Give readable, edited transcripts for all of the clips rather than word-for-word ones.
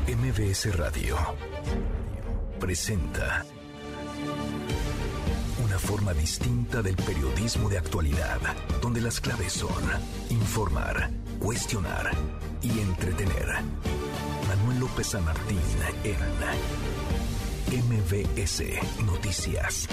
MBS Radio presenta una forma distinta del periodismo de actualidad, donde las claves son informar, cuestionar y entretener. Manuel López San Martín en MBS Noticias.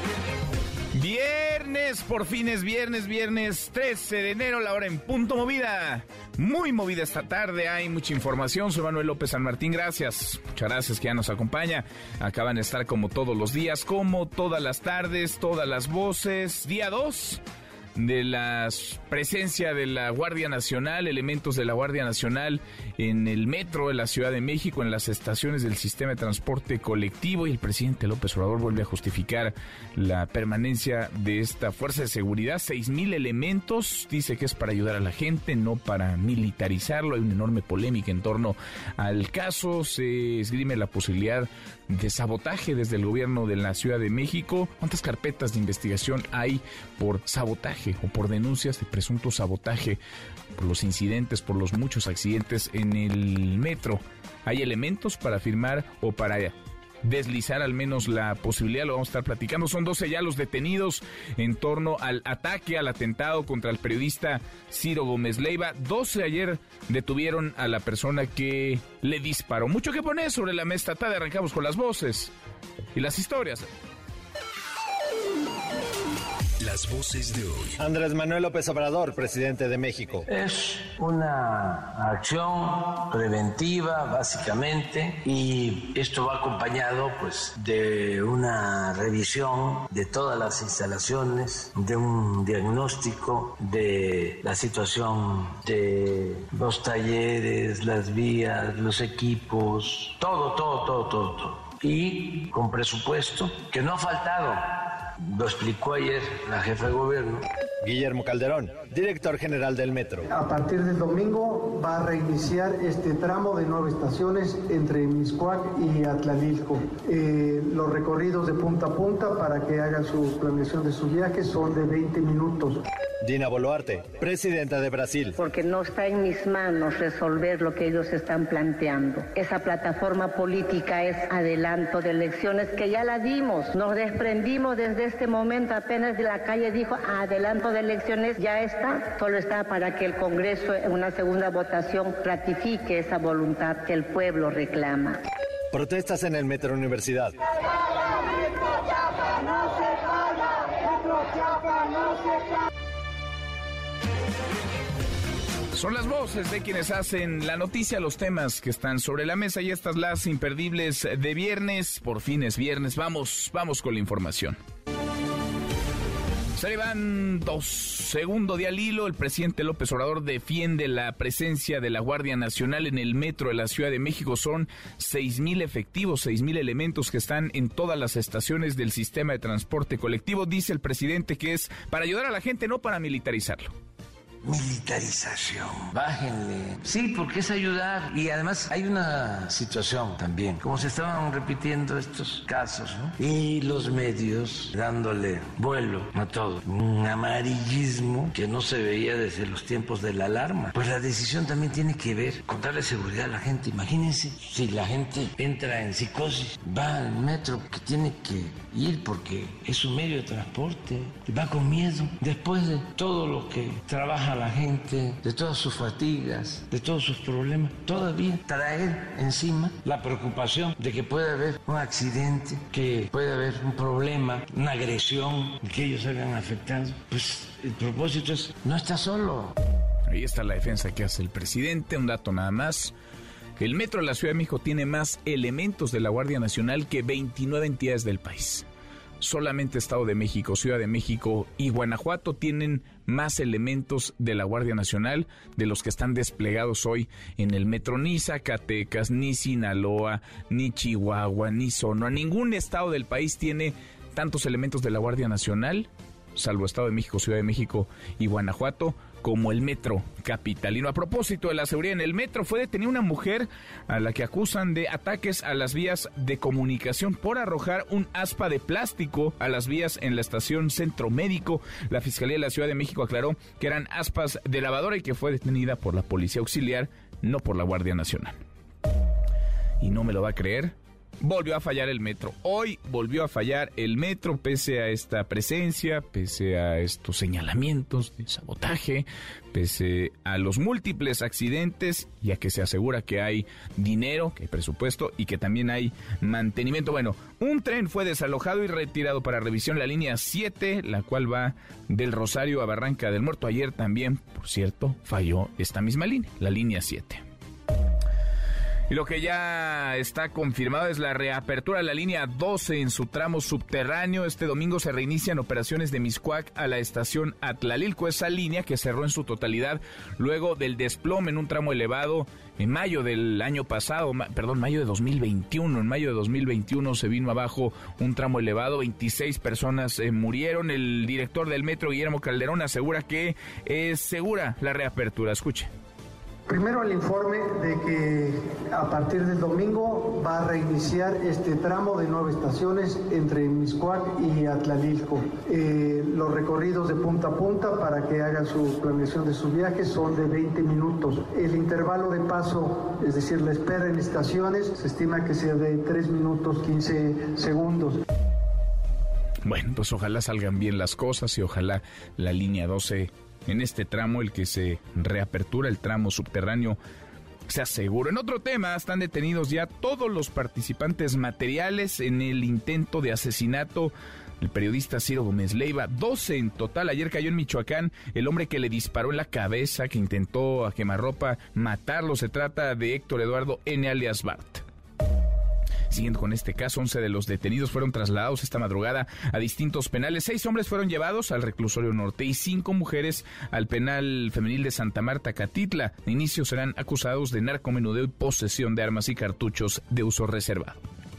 Viernes, por fin es viernes 13 de enero, la hora en punto. Movida, muy movida esta tarde, hay mucha información. Soy Manuel López San Martín, gracias, muchas gracias que ya nos acompaña. Acaban de estar como todos los días, como todas las tardes, todas las voces. Día 2 de la presencia de la Guardia Nacional, elementos de la Guardia Nacional en el metro de la Ciudad de México, en las estaciones del sistema de transporte colectivo, y el presidente López Obrador vuelve a justificar la permanencia de esta fuerza de seguridad. 6,000 elementos, dice que es para ayudar a la gente, no para militarizarlo. Hay una enorme polémica en torno al caso, se esgrime la posibilidad de sabotaje desde el gobierno de la Ciudad de México. ¿Cuántas carpetas de investigación hay por sabotaje o por denuncias de presunto sabotaje, por los incidentes, por los muchos accidentes en el metro? ¿Hay elementos para firmar o para deslizar al menos la posibilidad? Lo vamos a estar platicando. Son 12 ya los detenidos en torno al ataque, al atentado contra el periodista Ciro Gómez Leiva. 12 ayer detuvieron a la persona que le disparó. Mucho que poner sobre la mesa. Tarde arrancamos con las voces y las historias. Las voces de hoy. Andrés Manuel López Obrador, presidente de México. Es una acción preventiva, básicamente, y esto va acompañado, pues, de una revisión de todas las instalaciones, de un diagnóstico de la situación de los talleres, las vías, los equipos, todo. Y con presupuesto que no ha faltado. Lo explicó ayer la jefa de gobierno. Guillermo Calderón, director general del Metro. A partir del domingo va a reiniciar este tramo de 9 estaciones entre Mixcoac y Atlalilco. Los recorridos de punta a punta para que hagan su planeación de su viaje son de 20 minutos. Dina Boluarte, presidenta de Brasil. Porque no está en mis manos resolver lo que ellos están planteando. Esa plataforma política es adelanto de elecciones que ya la dimos. Nos desprendimos desde este momento, apenas de la calle dijo adelanto de elecciones, ya está. Solo está para que el Congreso en una segunda votación ratifique esa voluntad que el pueblo reclama. Protestas en el Metro Universidad. Son las voces de quienes hacen la noticia, los temas que están sobre la mesa, y estas las imperdibles de viernes. Por fin es viernes, vamos con la información. Se le van 2. Segundo día al hilo, el presidente López Obrador defiende la presencia de la Guardia Nacional en el metro de la Ciudad de México. Son 6,000 efectivos, 6,000 elementos que están en todas las estaciones del sistema de transporte colectivo. Dice el presidente que es para ayudar a la gente, no para militarizarlo. Militarización, bájenle. Sí, porque es ayudar. Y además hay una situación también, como se estaban repitiendo estos casos, ¿no? Y los medios dándole vuelo a todo. Un amarillismo que no se veía desde los tiempos de la alarma. Pues la decisión también tiene que ver con darle seguridad a la gente. Imagínense si la gente entra en psicosis, va al metro que tiene que ir porque es un medio de transporte, va con miedo. Después de todo lo que trabaja a la gente, de todas sus fatigas, de todos sus problemas, todavía traer encima la preocupación de que puede haber un accidente, que puede haber un problema, una agresión, que ellos salgan afectados. Pues el propósito es, no está solo. Ahí está la defensa que hace el presidente. Un dato nada más: el metro de la Ciudad de México tiene más elementos de la Guardia Nacional que 29 entidades del país. Solamente Estado de México, Ciudad de México y Guanajuato tienen más elementos de la Guardia Nacional de los que están desplegados hoy en el metro. Ni Zacatecas, ni Sinaloa, ni Chihuahua, ni Sonora. Ningún estado del país tiene tantos elementos de la Guardia Nacional, salvo Estado de México, Ciudad de México y Guanajuato, como el metro capitalino. A propósito de la seguridad en el metro, fue detenida una mujer a la que acusan de ataques a las vías de comunicación por arrojar un aspa de plástico a las vías en la estación Centro Médico. La Fiscalía de la Ciudad de México aclaró que eran aspas de lavadora y que fue detenida por la Policía Auxiliar, no por la Guardia Nacional. y no me lo va a creer, volvió a fallar el metro. Hoy volvió a fallar el metro pese a esta presencia, pese a estos señalamientos de sabotaje, pese a los múltiples accidentes y a que se asegura que hay dinero, que hay presupuesto y que también hay mantenimiento. Bueno, un tren fue desalojado y retirado para revisión, la línea 7, la cual va del Rosario a Barranca del Muerto. Ayer también, por cierto, falló esta misma línea, la línea 7. Y lo que ya está confirmado es la reapertura de la línea 12 en su tramo subterráneo. Este domingo se reinician operaciones de Mixcoac a la estación Atlalilco, esa línea que cerró en su totalidad luego del desplome en un tramo elevado en mayo del año pasado, mayo de 2021. En mayo de 2021 se vino abajo un tramo elevado, 26 personas murieron. El director del metro, Guillermo Calderón, asegura que es segura la reapertura. Escuche. Primero el informe de que a partir del domingo va a reiniciar este tramo de 9 estaciones entre Mixcoac y Atlalilco. Los recorridos de punta a punta para que hagan su planeación de sus viajes son de 20 minutos. El intervalo de paso, es decir, la espera en estaciones, se estima que sea de 3 minutos 15 segundos. Bueno, pues ojalá salgan bien las cosas y ojalá la línea 12 en este tramo, el que se reapertura, el tramo subterráneo, se asegura. En otro tema, están detenidos ya todos los participantes materiales en el intento de asesinato del periodista Ciro Gómez Leiva. 12 en total. Ayer cayó en Michoacán el hombre que le disparó en la cabeza, que intentó a quemarropa matarlo. Se trata de Héctor Eduardo N. alias Bart. Siguiendo con este caso, 11 de los detenidos fueron trasladados esta madrugada a distintos penales. 6 hombres fueron llevados al reclusorio norte y 5 mujeres al penal femenil de Santa Marta, Catitla. De inicio serán acusados de narcomenudeo y posesión de armas y cartuchos de uso reservado.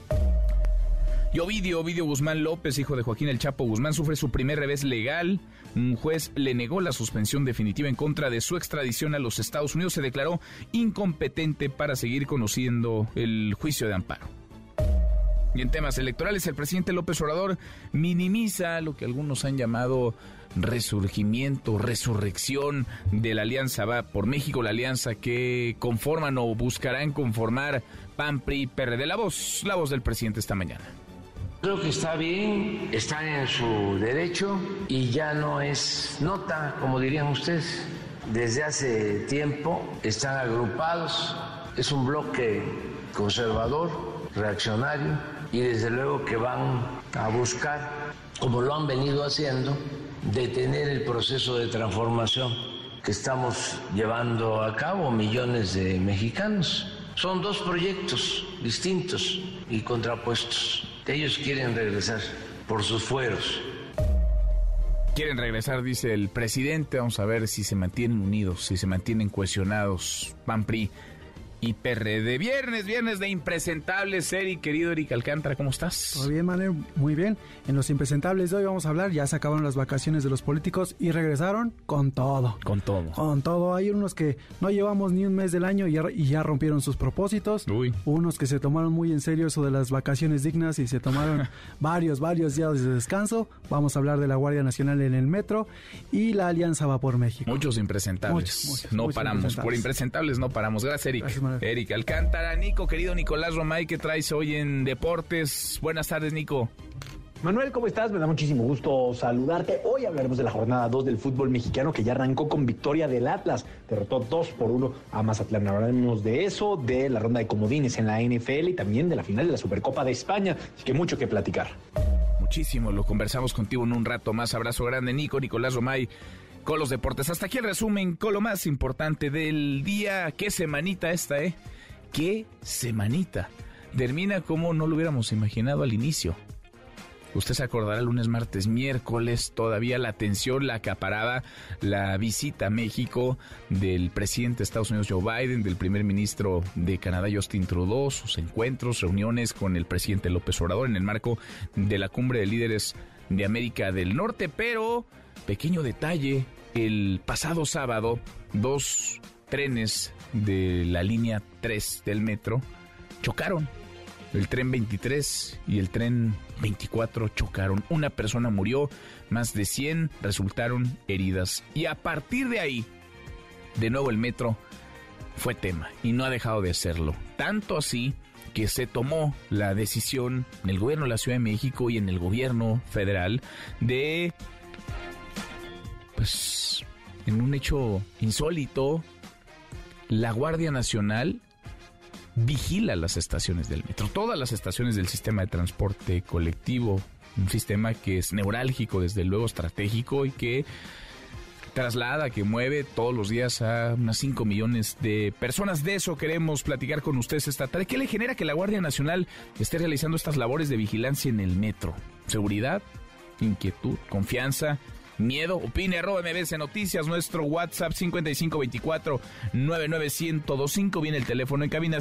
Y Ovidio Guzmán López, hijo de Joaquín El Chapo Guzmán, sufre su primer revés legal. Un juez le negó la suspensión definitiva en contra de su extradición a los Estados Unidos. Se declaró incompetente para seguir conociendo el juicio de amparo. Y en temas electorales, el presidente López Obrador minimiza lo que algunos han llamado resurgimiento, resurrección de la Alianza Va por México, la alianza que conforman o buscarán conformar PAN, PRI, PRD. La voz del presidente esta mañana. Creo que está bien, está en su derecho y ya no es nota, como dirían ustedes. Desde hace tiempo están agrupados, es un bloque conservador, reaccionario, y desde luego que van a buscar, como lo han venido haciendo, detener el proceso de transformación que estamos llevando a cabo millones de mexicanos. Son 2 proyectos distintos y contrapuestos. Ellos quieren regresar por sus fueros. Quieren regresar, dice el presidente. Vamos a ver si se mantienen unidos, si se mantienen cohesionados PAN, PRI y PRD. Viernes de impresentables. Querido Eric Alcántara, ¿cómo estás? Todo bien, Manuel, muy bien. En los impresentables de hoy vamos a hablar, ya se acabaron las vacaciones de los políticos y regresaron con todo. Con todo. Hay unos que no llevamos ni un mes del año y ya rompieron sus propósitos. Uy. Unos que se tomaron muy en serio eso de las vacaciones dignas y se tomaron varios días de descanso. Vamos a hablar de la Guardia Nacional en el metro y la Alianza Va por México. Muchos impresentables. Muchos paramos. Por impresentables no paramos. Gracias, Eric. Gracias, Eric Alcántara. Nico, querido Nicolás Romay, ¿qué traes hoy en Deportes? Buenas tardes, Nico. Manuel, ¿cómo estás? Me da muchísimo gusto saludarte. Hoy hablaremos de la jornada 2 del fútbol mexicano que ya arrancó con victoria del Atlas. Derrotó 2-1 a Mazatlán. Hablaremos de eso, de la ronda de comodines en la NFL y también de la final de la Supercopa de España. Así que mucho que platicar. Muchísimo, lo conversamos contigo en un rato más. Abrazo grande, Nico, Nicolás Romay, con los deportes. Hasta aquí el resumen con lo más importante del día. Qué semanita esta, Qué semanita. Termina como no lo hubiéramos imaginado al inicio. Usted se acordará, lunes, martes, miércoles, todavía la atención la acaparaba la visita a México del presidente de Estados Unidos, Joe Biden, del primer ministro de Canadá, Justin Trudeau, sus encuentros, reuniones con el presidente López Obrador en el marco de la cumbre de líderes de América del Norte. Pero, pequeño detalle, el pasado sábado, 2 trenes de la línea 3 del metro chocaron. El tren 23 y el tren 24 chocaron. Una persona murió, más de 100 resultaron heridas. Y a partir de ahí, de nuevo el metro fue tema y no ha dejado de serlo. Tanto así que se tomó la decisión en el gobierno de la Ciudad de México y en el gobierno federal de, pues, en un hecho insólito, la Guardia Nacional vigila las estaciones del metro, todas las estaciones del sistema de transporte colectivo, un sistema que es neurálgico, desde luego estratégico, y que traslada, que mueve todos los días a unas 5 millones de personas. De eso queremos platicar con ustedes esta tarde. ¿Qué le genera que la Guardia Nacional esté realizando estas labores de vigilancia en el metro? ¿Seguridad? ¿Inquietud? ¿Confianza? ¿Miedo? Opine, @MBS Noticias, nuestro WhatsApp 5524-99125, viene el teléfono en cabina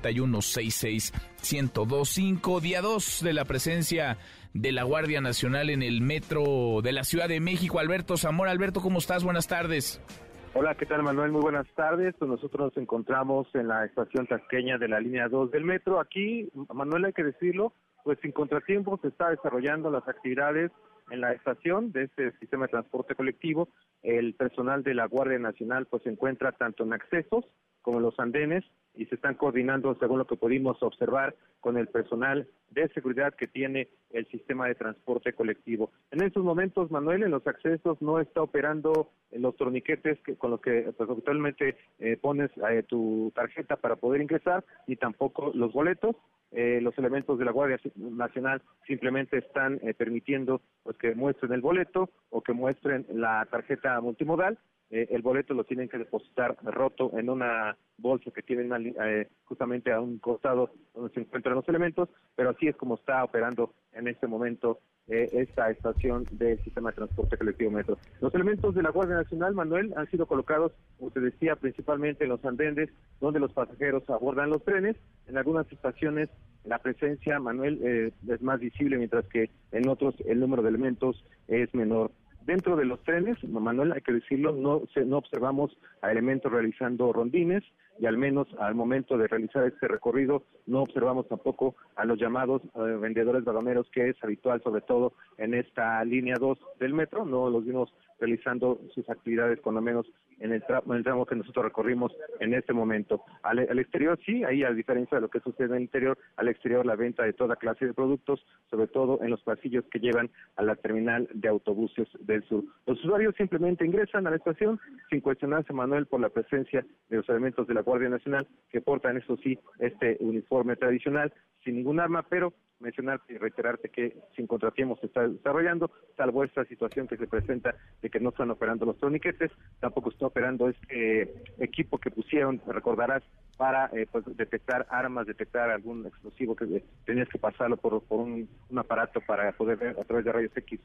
5166-1025, día 2 de la presencia de la Guardia Nacional en el metro de la Ciudad de México. Alberto Zamora. Alberto, ¿cómo estás? Buenas tardes. Hola, ¿qué tal, Manuel? Muy buenas tardes. Pues nosotros nos encontramos en la estación tasqueña de la línea 2 del metro. Aquí, Manuel, hay que decirlo, pues sin contratiempos se está desarrollando las actividades en la estación de este sistema de transporte colectivo. El personal de la Guardia Nacional pues se encuentra tanto en accesos como en los andenes y se están coordinando, según lo que pudimos observar, con el personal de seguridad que tiene el sistema de transporte colectivo. En estos momentos, Manuel, en los accesos no está operando los torniquetes con los que pues, habitualmente pones tu tarjeta para poder ingresar, ni tampoco los boletos. Los elementos de la Guardia Nacional simplemente están permitiendo pues que muestren el boleto o que muestren la tarjeta multimodal. El boleto lo tienen que depositar roto en una bolsa que tienen justamente a un costado donde se encuentran los elementos, pero así es como está operando en este momento esta estación del sistema de transporte colectivo metro. Los elementos de la Guardia Nacional, Manuel, han sido colocados, como te decía, principalmente en los andenes donde los pasajeros abordan los trenes. En algunas estaciones la presencia, Manuel, es más visible, mientras que en otros el número de elementos es menor. Dentro de los trenes, Manuel, hay que decirlo, no observamos a elementos realizando rondines, y al menos al momento de realizar este recorrido no observamos tampoco a los llamados vendedores vagoneros, que es habitual sobre todo en esta línea 2 del metro. No los vimos realizando sus actividades, cuando menos en el tramo que nosotros recorrimos en este momento. Al exterior sí, ahí a diferencia de lo que sucede en el interior, al exterior la venta de toda clase de productos, sobre todo en los pasillos que llevan a la terminal de autobuses del sur. Los usuarios simplemente ingresan a la estación sin cuestionarse, Manuel, por la presencia de los elementos de la Guardia Nacional, que portan, eso sí, este uniforme tradicional, sin ningún arma, pero mencionarte y reiterarte que sin contratiempos se está desarrollando, salvo esta situación que se presenta de que no están operando los torniquetes, tampoco está operando este equipo que pusieron, recordarás, para pues, detectar armas, detectar algún explosivo que tenías que pasarlo por un aparato para poder ver a través de rayos X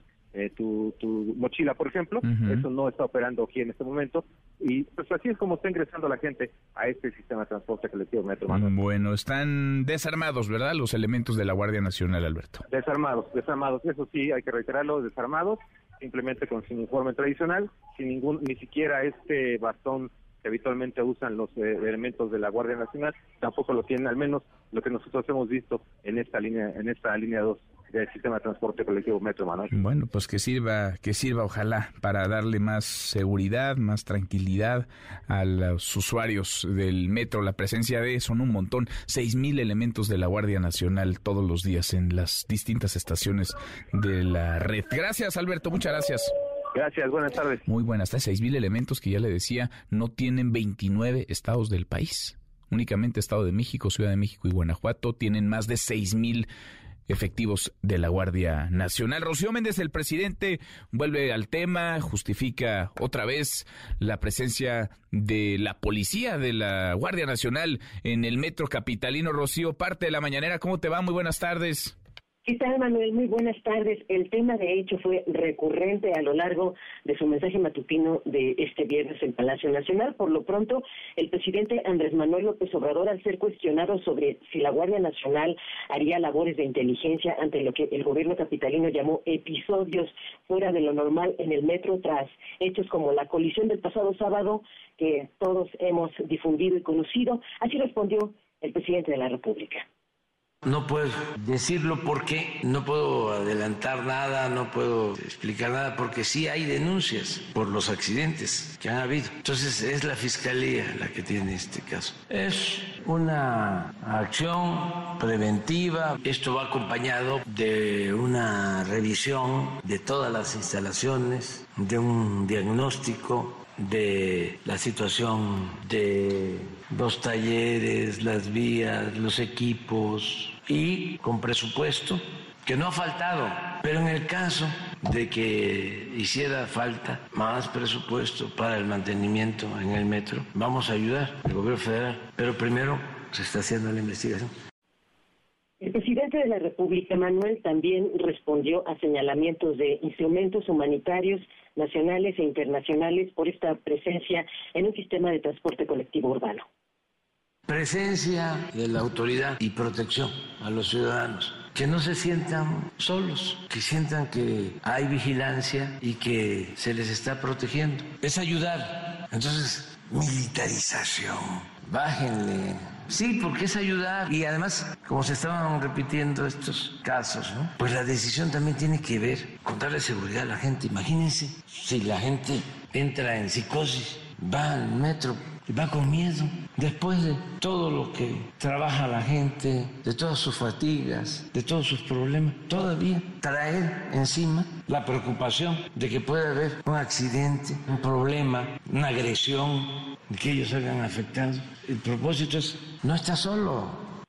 tu mochila, por ejemplo. Uh-huh. Eso no está operando aquí en este momento, y pues así es como está ingresando la gente a este sistema de transporte colectivo metro. Bueno, están desarmados, ¿verdad?, los elementos de la Guardia Nacional, Alberto. Desarmados, eso sí, hay que reiterarlo, desarmados, simplemente con su uniforme tradicional, ni siquiera este bastón que habitualmente usan los elementos de la Guardia Nacional, tampoco lo tienen, al menos lo que nosotros hemos visto en esta línea 2 del sistema de transporte colectivo metro, Manuel. Bueno, pues que sirva ojalá para darle más seguridad, más tranquilidad a los usuarios del metro. La presencia son un montón, 6,000 elementos de la Guardia Nacional todos los días en las distintas estaciones de la red. Gracias, Alberto, muchas gracias. Gracias, buenas tardes. Muy buenas tardes. 6,000 elementos que, ya le decía, no tienen 29 estados del país. Únicamente Estado de México, Ciudad de México y Guanajuato tienen más de 6,000 efectivos de la Guardia Nacional. Rocío Méndez, el presidente, vuelve al tema, justifica otra vez la presencia de la policía de la Guardia Nacional en el metro capitalino. Rocío, parte de la mañanera, ¿cómo te va? Muy buenas tardes. ¿Qué tal, Manuel? Muy buenas tardes. El tema, de hecho, fue recurrente a lo largo de su mensaje matutino de este viernes en Palacio Nacional. Por lo pronto, el presidente Andrés Manuel López Obrador, al ser cuestionado sobre si la Guardia Nacional haría labores de inteligencia ante lo que el gobierno capitalino llamó episodios fuera de lo normal en el metro, tras hechos como la colisión del pasado sábado, que todos hemos difundido y conocido, así respondió el presidente de la República. No puedo decirlo porque no puedo adelantar nada, no puedo explicar nada, porque sí hay denuncias por los accidentes que han habido. Entonces es la Fiscalía la que tiene este caso. Es una acción preventiva. Esto va acompañado de una revisión de todas las instalaciones, de un diagnóstico de la situación de los talleres, las vías, los equipos y con presupuesto que no ha faltado, pero en el caso de que hiciera falta más presupuesto para el mantenimiento en el metro, vamos a ayudar al gobierno federal, pero primero se está haciendo la investigación. El presidente de la República, Manuel, también respondió a señalamientos de instrumentos humanitarios nacionales e internacionales por esta presencia en un sistema de transporte colectivo urbano. Presencia de la autoridad y protección a los ciudadanos. Que no se sientan solos, que sientan que hay vigilancia y que se les está protegiendo. Es ayudar. Entonces, militarización. Bájenle. Sí, porque es ayudar. Y además, como se estaban repitiendo estos casos, ¿no? Pues la decisión también tiene que ver con darle seguridad a la gente. Imagínense si la gente entra en psicosis, va al metro y va con miedo. Después de todo lo que trabaja la gente, de todas sus fatigas, de todos sus problemas, todavía traer encima la preocupación de que puede haber un accidente, un problema, una agresión, que ellos hayan afectado. El propósito es, no está solo.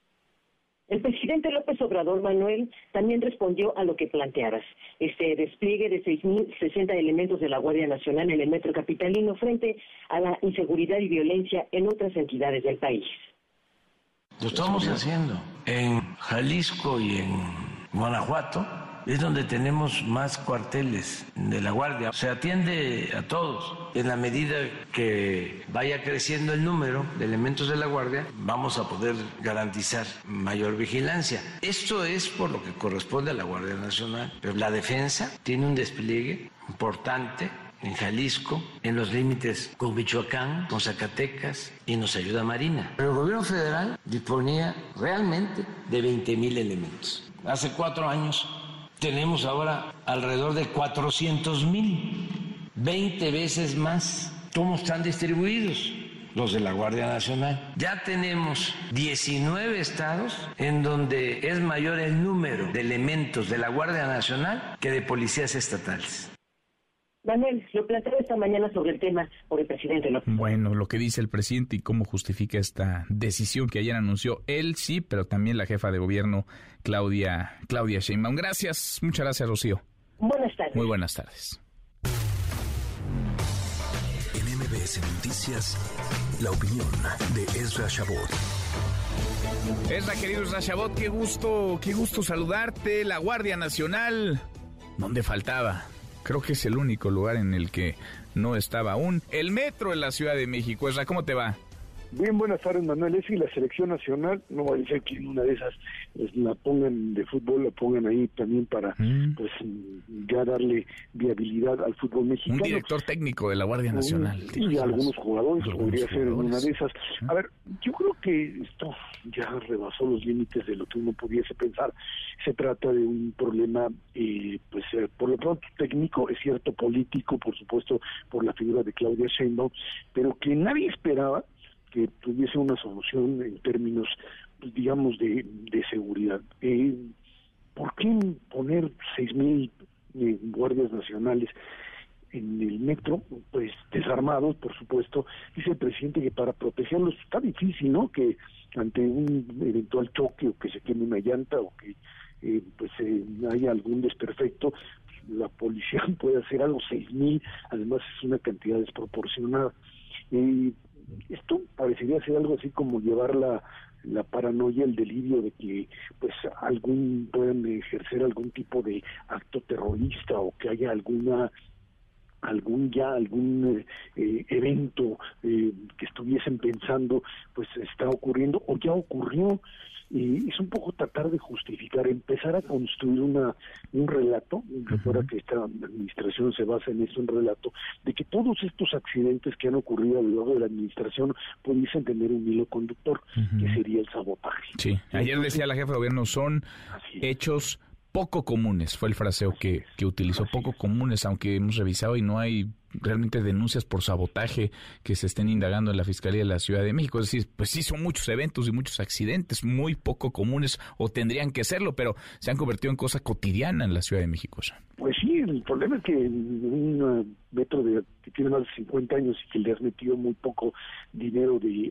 El presidente López Obrador, Manuel, también respondió a lo que planteabas, este despliegue de 6.060 elementos de la Guardia Nacional en el metro capitalino frente a la inseguridad y violencia en otras entidades del país. Lo estamos haciendo en Jalisco y en Guanajuato. Es donde tenemos más cuarteles de la Guardia. Se atiende a todos. En la medida que vaya creciendo el número de elementos de la Guardia, vamos a poder garantizar mayor vigilancia. Esto es por lo que corresponde a la Guardia Nacional. Pero la defensa tiene un despliegue importante en Jalisco, en los límites con Michoacán, con Zacatecas, y nos ayuda Marina. Pero el gobierno federal disponía realmente de 20,000 elementos. Hace 4 años tenemos ahora alrededor de 400,000, 20 veces más. ¿Cómo están distribuidos? Los de la Guardia Nacional. Ya tenemos 19 estados en donde es mayor el número de elementos de la Guardia Nacional que de policías estatales. Manuel, lo planteó esta mañana sobre el tema por el presidente López. Bueno, lo que dice el presidente y cómo justifica esta decisión que ayer anunció él, sí, pero también la jefa de gobierno, Claudia Sheinbaum. Gracias, muchas gracias, Rocío. Buenas tardes. Muy buenas tardes. En MBS Noticias, la opinión de Ezra Shabot. Ezra, querido Ezra Shabot, qué gusto saludarte. La Guardia Nacional, ¿dónde faltaba? Creo que es el único lugar en el que no estaba aún. El metro en la Ciudad de México. Ezra, ¿cómo te va? Bien, buenas tardes, Manuel. Es que la selección nacional, no va a decir que en una de esas la pongan de fútbol, la pongan ahí también para pues ya darle viabilidad al fútbol mexicano. Un director técnico de la Guardia Nacional. Y algunos jugadores, podría ser en una de esas. A ver, yo creo que esto ya rebasó los límites de lo que uno pudiese pensar. Se trata de un problema, por lo pronto técnico, es cierto, político, por supuesto, por la figura de Claudia Sheinbaum, pero que nadie esperaba que tuviese una solución en términos, digamos, de seguridad. ¿Por qué poner 6,000 guardias nacionales en el metro? Pues desarmados, por supuesto. Dice el presidente que para protegerlos está difícil, ¿no? Que ante un eventual choque o que se queme una llanta o que haya algún desperfecto, la policía puede hacer algo. 6,000, además es una cantidad desproporcionada. Esto parecería ser algo así como llevar la paranoia, el delirio de que puedan ejercer algún tipo de acto terrorista o que haya algún evento que estuviesen pensando, pues está ocurriendo o ya ocurrió. es un poco tratar de justificar, empezar a construir un relato. Recuerda que esta administración se basa en eso, un relato de que todos estos accidentes que han ocurrido a lo largo de la administración pudiesen tener un hilo conductor, que sería el sabotaje. Sí, ayer decía la jefa de gobierno, son hechos poco comunes, fue el fraseo que utilizó, poco comunes, aunque hemos revisado y no hay realmente denuncias por sabotaje que se estén indagando en la Fiscalía de la Ciudad de México. Es decir, pues sí, son muchos eventos y muchos accidentes muy poco comunes, o tendrían que serlo, pero se han convertido en cosa cotidiana en la Ciudad de México. Pues sí, el problema es que un metro que tiene más de 50 años y que le has metido muy poco dinero de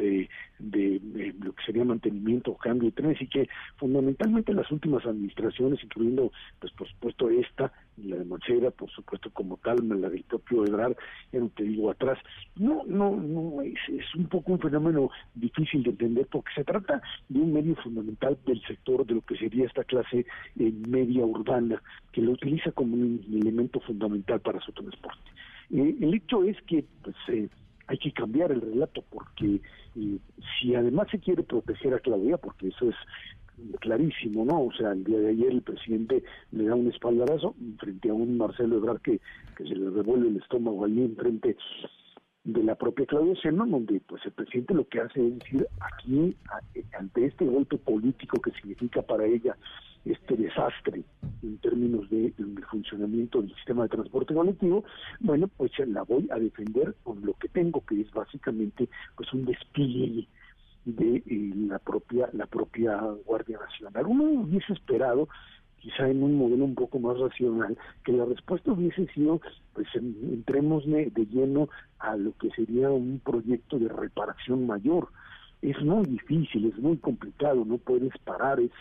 lo que sería mantenimiento o cambio de trenes, y que fundamentalmente las últimas administraciones, incluyendo pues por supuesto esta, la de Mancera, por supuesto como tal, la del propio Ebrard, ya no te digo atrás, no es un poco un fenómeno difícil de entender, porque se trata de un medio fundamental del sector de lo que sería esta clase media urbana, que lo utiliza como un elemento fundamental para su transporte. El hecho es que pues hay que cambiar el relato, porque si además se quiere proteger a Claudia, porque eso es clarísimo, ¿no? O sea, el día de ayer el presidente le da un espaldarazo frente a un Marcelo Ebrard que se le revuelve el estómago allí enfrente de la propia Claudia Sheinbaum, donde pues el presidente lo que hace es decir, aquí ante este golpe político que significa para ella este desastre en términos del funcionamiento del sistema de transporte colectivo, bueno, pues la voy a defender con lo que tengo, que es básicamente pues un despliegue de la propia Guardia Nacional. Uno hubiese esperado, quizá en un modelo un poco más racional, que la respuesta hubiese sido, pues entremos de lleno a lo que sería un proyecto de reparación mayor. Es muy difícil, es muy complicado, no puedes parar, es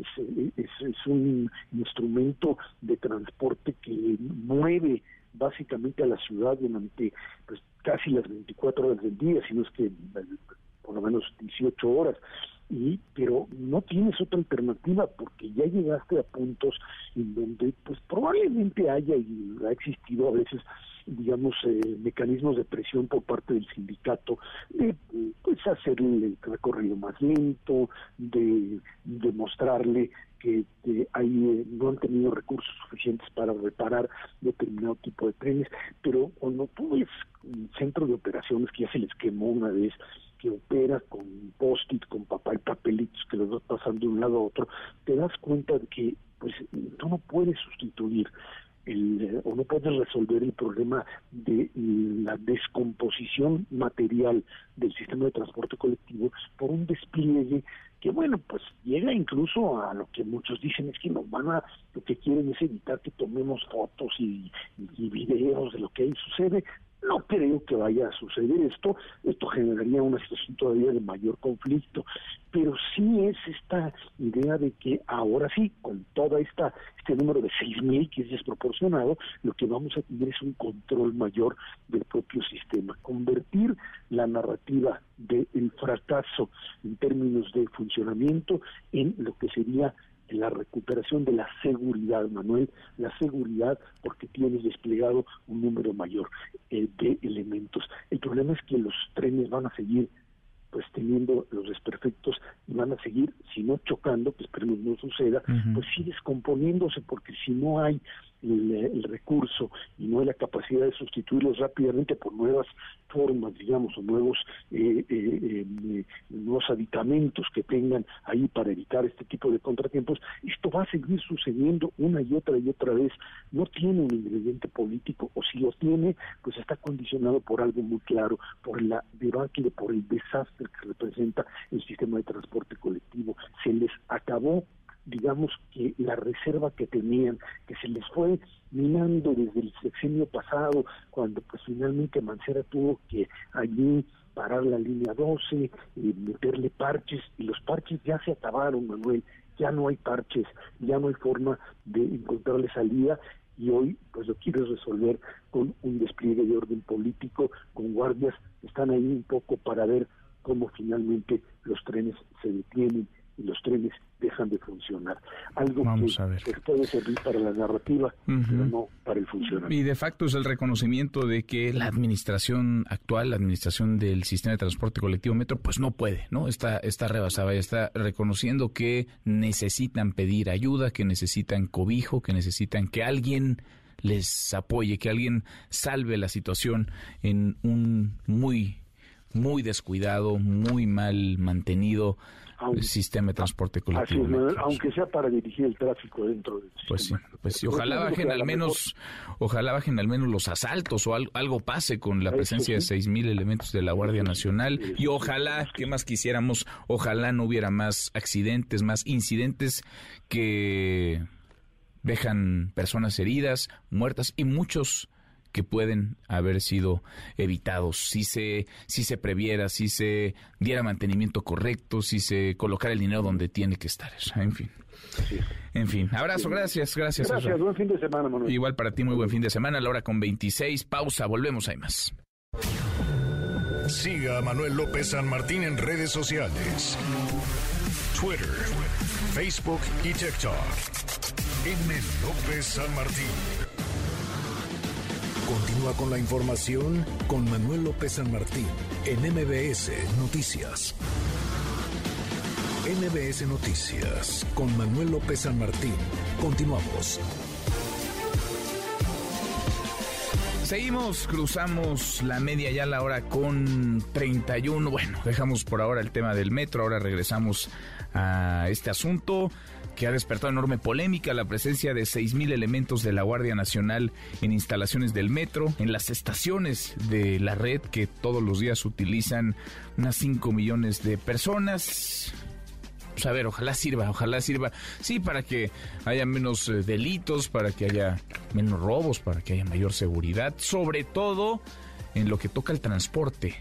un instrumento de transporte que mueve básicamente a la ciudad durante pues casi las 24 horas del día, si no es que por lo menos 18 horas, pero no tienes otra alternativa, porque ya llegaste a puntos en donde pues probablemente haya y ha existido a veces, digamos, mecanismos de presión por parte del sindicato, de pues hacer el recorrido más lento, de demostrarle que no han tenido recursos suficientes para reparar determinado tipo de trenes, pero cuando tú ves un centro de operaciones que ya se les quemó una vez, que opera con post-it, con papelitos que los vas pasando de un lado a otro, te das cuenta de que pues tú no puedes sustituir o no puedes resolver el problema de la descomposición material del sistema de transporte colectivo por un despliegue que, bueno, pues llega incluso a lo que muchos dicen es que lo que quieren es evitar que tomemos fotos y videos de lo que ahí sucede. No creo que vaya a suceder esto generaría una situación todavía de mayor conflicto, pero sí es esta idea de que ahora sí, con toda este número de 6,000 que es desproporcionado, lo que vamos a tener es un control mayor del propio sistema, convertir la narrativa del fracaso en términos de funcionamiento en lo que sería la recuperación de la seguridad, Manuel, la seguridad porque tienes desplegado un número mayor de elementos. El problema es que los trenes van a seguir pues teniendo los desperfectos y van a seguir, si no chocando, que esperemos no suceda, pues sí descomponiéndose, porque si no hay el recurso y no hay la capacidad de sustituirlos rápidamente por nuevas formas, digamos, o nuevos aditamentos que tengan ahí para evitar este tipo de contratiempos, esto va a seguir sucediendo una y otra vez. No tiene un ingrediente político, o si lo tiene, pues está condicionado por algo muy claro, por la debacle, por el desastre que representa el sistema de transporte colectivo. Se les acabó, digamos, que la reserva que tenían, que se les fue minando desde el sexenio pasado, cuando pues finalmente Mancera tuvo que allí parar la línea 12, meterle parches, y los parches ya se acabaron, Manuel, ya no hay parches, ya no hay forma de encontrarle salida, y hoy pues lo quieres resolver con un despliegue de orden político, con guardias que están ahí un poco para ver cómo finalmente los trenes se detienen y los trenes dejan de funcionar. Algo Vamos que a ver. pues, puede servir para la narrativa, pero no para el funcionamiento. Y de facto es el reconocimiento de que la administración actual, la administración del sistema de transporte colectivo Metro, pues no puede, ¿no? Está rebasada, está reconociendo que necesitan pedir ayuda, que necesitan cobijo, que necesitan que alguien les apoye, que alguien salve la situación en un muy descuidado, muy mal mantenido sistema de transporte colectivo. Así, aunque sea para dirigir el tráfico dentro del sistema. Pues sí, ojalá bajen al menos los asaltos o algo pase con la presencia de 6,000 elementos de la Guardia Nacional y ojalá, ¿qué más quisiéramos? Ojalá no hubiera más accidentes, más incidentes que dejan personas heridas, muertas y muchos que pueden haber sido evitados si se previera, si se diera mantenimiento correcto, si se colocara el dinero donde tiene que estar. En fin, abrazo, gracias. Gracias, buen fin de semana, Manuel. Igual para ti, muy buen fin de semana. A la hora con 26, pausa, volvemos, hay más. Siga a Manuel López San Martín en redes sociales. Twitter, Facebook y TikTok. M. López San Martín. Continúa con la información con Manuel López San Martín en MBS Noticias. MBS Noticias con Manuel López San Martín. Continuamos. Seguimos, cruzamos la media ya la hora con 31. Bueno, dejamos por ahora el tema del metro, ahora regresamos a este asunto que ha despertado enorme polémica, la presencia de 6,000 elementos de la Guardia Nacional en instalaciones del metro, en las estaciones de la red que todos los días utilizan unas 5 millones de personas. Pues a ver, ojalá sirva, sí, para que haya menos delitos, para que haya menos robos, para que haya mayor seguridad, sobre todo en lo que toca el transporte.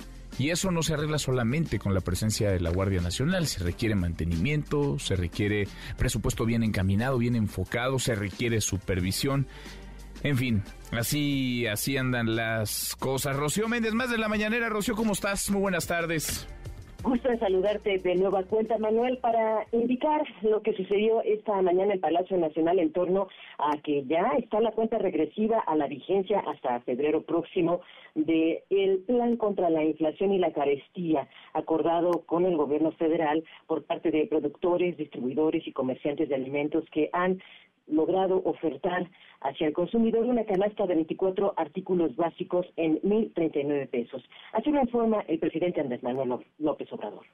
Y eso no se arregla solamente con la presencia de la Guardia Nacional, se requiere mantenimiento, se requiere presupuesto bien encaminado, bien enfocado, se requiere supervisión. En fin, así andan las cosas. Rocío Méndez, más de la mañanera. Rocío, ¿cómo estás? Muy buenas tardes. Gusto en saludarte de nueva cuenta, Manuel, para indicar lo que sucedió esta mañana en Palacio Nacional en torno a que ya está la cuenta regresiva a la vigencia hasta febrero próximo de el plan contra la inflación y la carestía acordado con el gobierno federal por parte de productores, distribuidores y comerciantes de alimentos que han logrado ofertar hacia el consumidor una canasta de 24 artículos básicos en 1,039 pesos. Así lo informa el presidente Andrés Manuel López Obrador.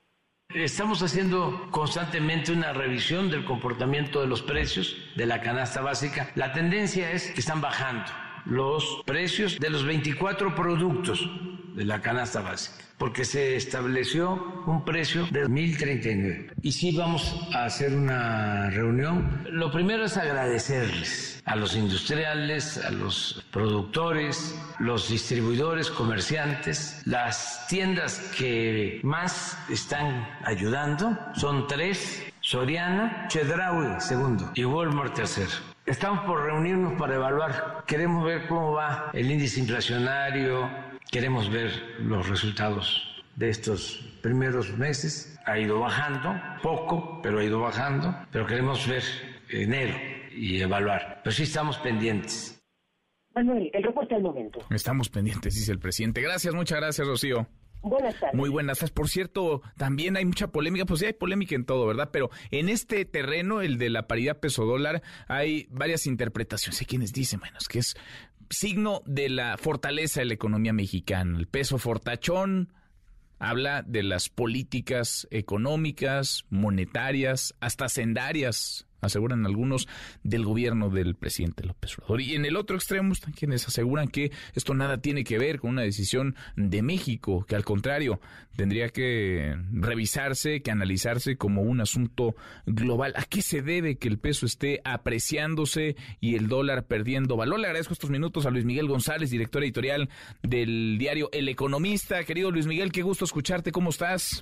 Estamos haciendo constantemente una revisión del comportamiento de los precios de la canasta básica. La tendencia es que están bajando los precios de los 24 productos de la canasta básica, porque se estableció un precio de 1,039. Y sí vamos a hacer una reunión. Lo primero es agradecerles a los industriales, a los productores, los distribuidores, comerciantes. Las tiendas que más están ayudando son 3, Soriana, Chedraui segundo y Walmart tercero. Estamos por reunirnos para evaluar. Queremos ver cómo va el índice inflacionario, queremos ver los resultados de estos primeros meses. Ha ido bajando, poco, pero ha ido bajando. Pero queremos ver enero y evaluar. Pero sí estamos pendientes. Manuel, el reporte al momento. Estamos pendientes, dice el presidente. Gracias, muchas gracias, Rocío. Buenas tardes. Muy buenas tardes. Por cierto, también hay mucha polémica, pues sí hay polémica en todo, ¿verdad? Pero en este terreno, el de la paridad peso-dólar, hay varias interpretaciones. Hay quienes dicen, bueno, es que es signo de la fortaleza de la economía mexicana. El peso fortachón habla de las políticas económicas, monetarias, hasta hacendarias, aseguran algunos, del gobierno del presidente López Obrador. Y en el otro extremo están quienes aseguran que esto nada tiene que ver con una decisión de México, que al contrario, tendría que revisarse, que analizarse como un asunto global. ¿A qué se debe que el peso esté apreciándose y el dólar perdiendo valor? Le agradezco estos minutos a Luis Miguel González, director editorial del diario El Economista. Querido Luis Miguel, qué gusto escucharte, ¿cómo estás?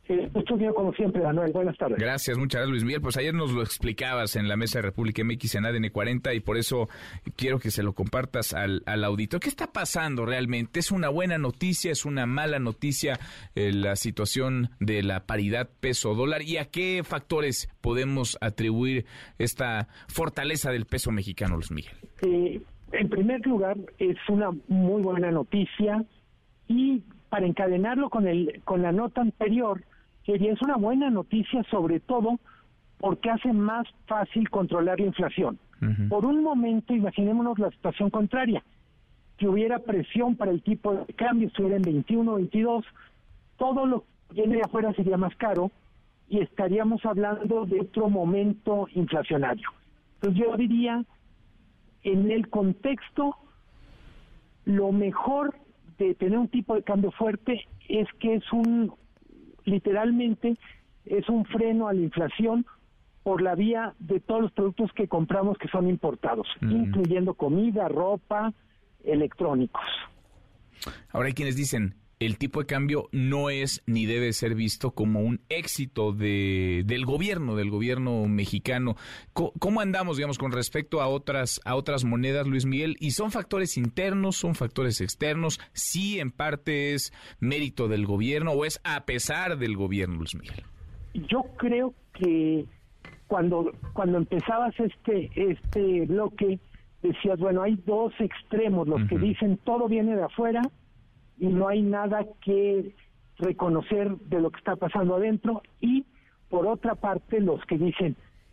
Esto mío como siempre, Manuel. Buenas tardes. Gracias, muchas gracias, Luis Miguel. Pues ayer nos lo explicabas en la mesa de República MX en ADN 40 y por eso quiero que se lo compartas al auditorio. ¿Qué está pasando realmente? ¿Es una buena noticia? ¿Es una mala noticia la situación de la paridad peso-dólar? ¿Y a qué factores podemos atribuir esta fortaleza del peso mexicano, Luis Miguel? En primer lugar, es una muy buena noticia y para encadenarlo con la nota anterior, es una buena noticia sobre todo porque hace más fácil controlar la inflación. Uh-huh. Por un momento, imaginémonos la situación contraria, que hubiera presión para el tipo de cambio, estuviera en 21, 22, todo lo que viene de afuera sería más caro y estaríamos hablando de otro momento inflacionario. Entonces yo diría, en el contexto, lo mejor de tener un tipo de cambio fuerte es que literalmente es un freno a la inflación por la vía de todos los productos que compramos que son importados, incluyendo comida, ropa, electrónicos. Ahora hay quienes dicen, el tipo de cambio no es ni debe ser visto como un éxito del gobierno mexicano. ¿Cómo andamos, digamos, con respecto a otras monedas, Luis Miguel? ¿Y son factores internos, son factores externos? ¿Sí en parte es mérito del gobierno o es a pesar del gobierno, Luis Miguel? Yo creo que cuando empezabas este bloque, decías, bueno, hay dos extremos, los que dicen todo viene de afuera y no hay nada que reconocer de lo que está pasando adentro, y por otra parte los que dicen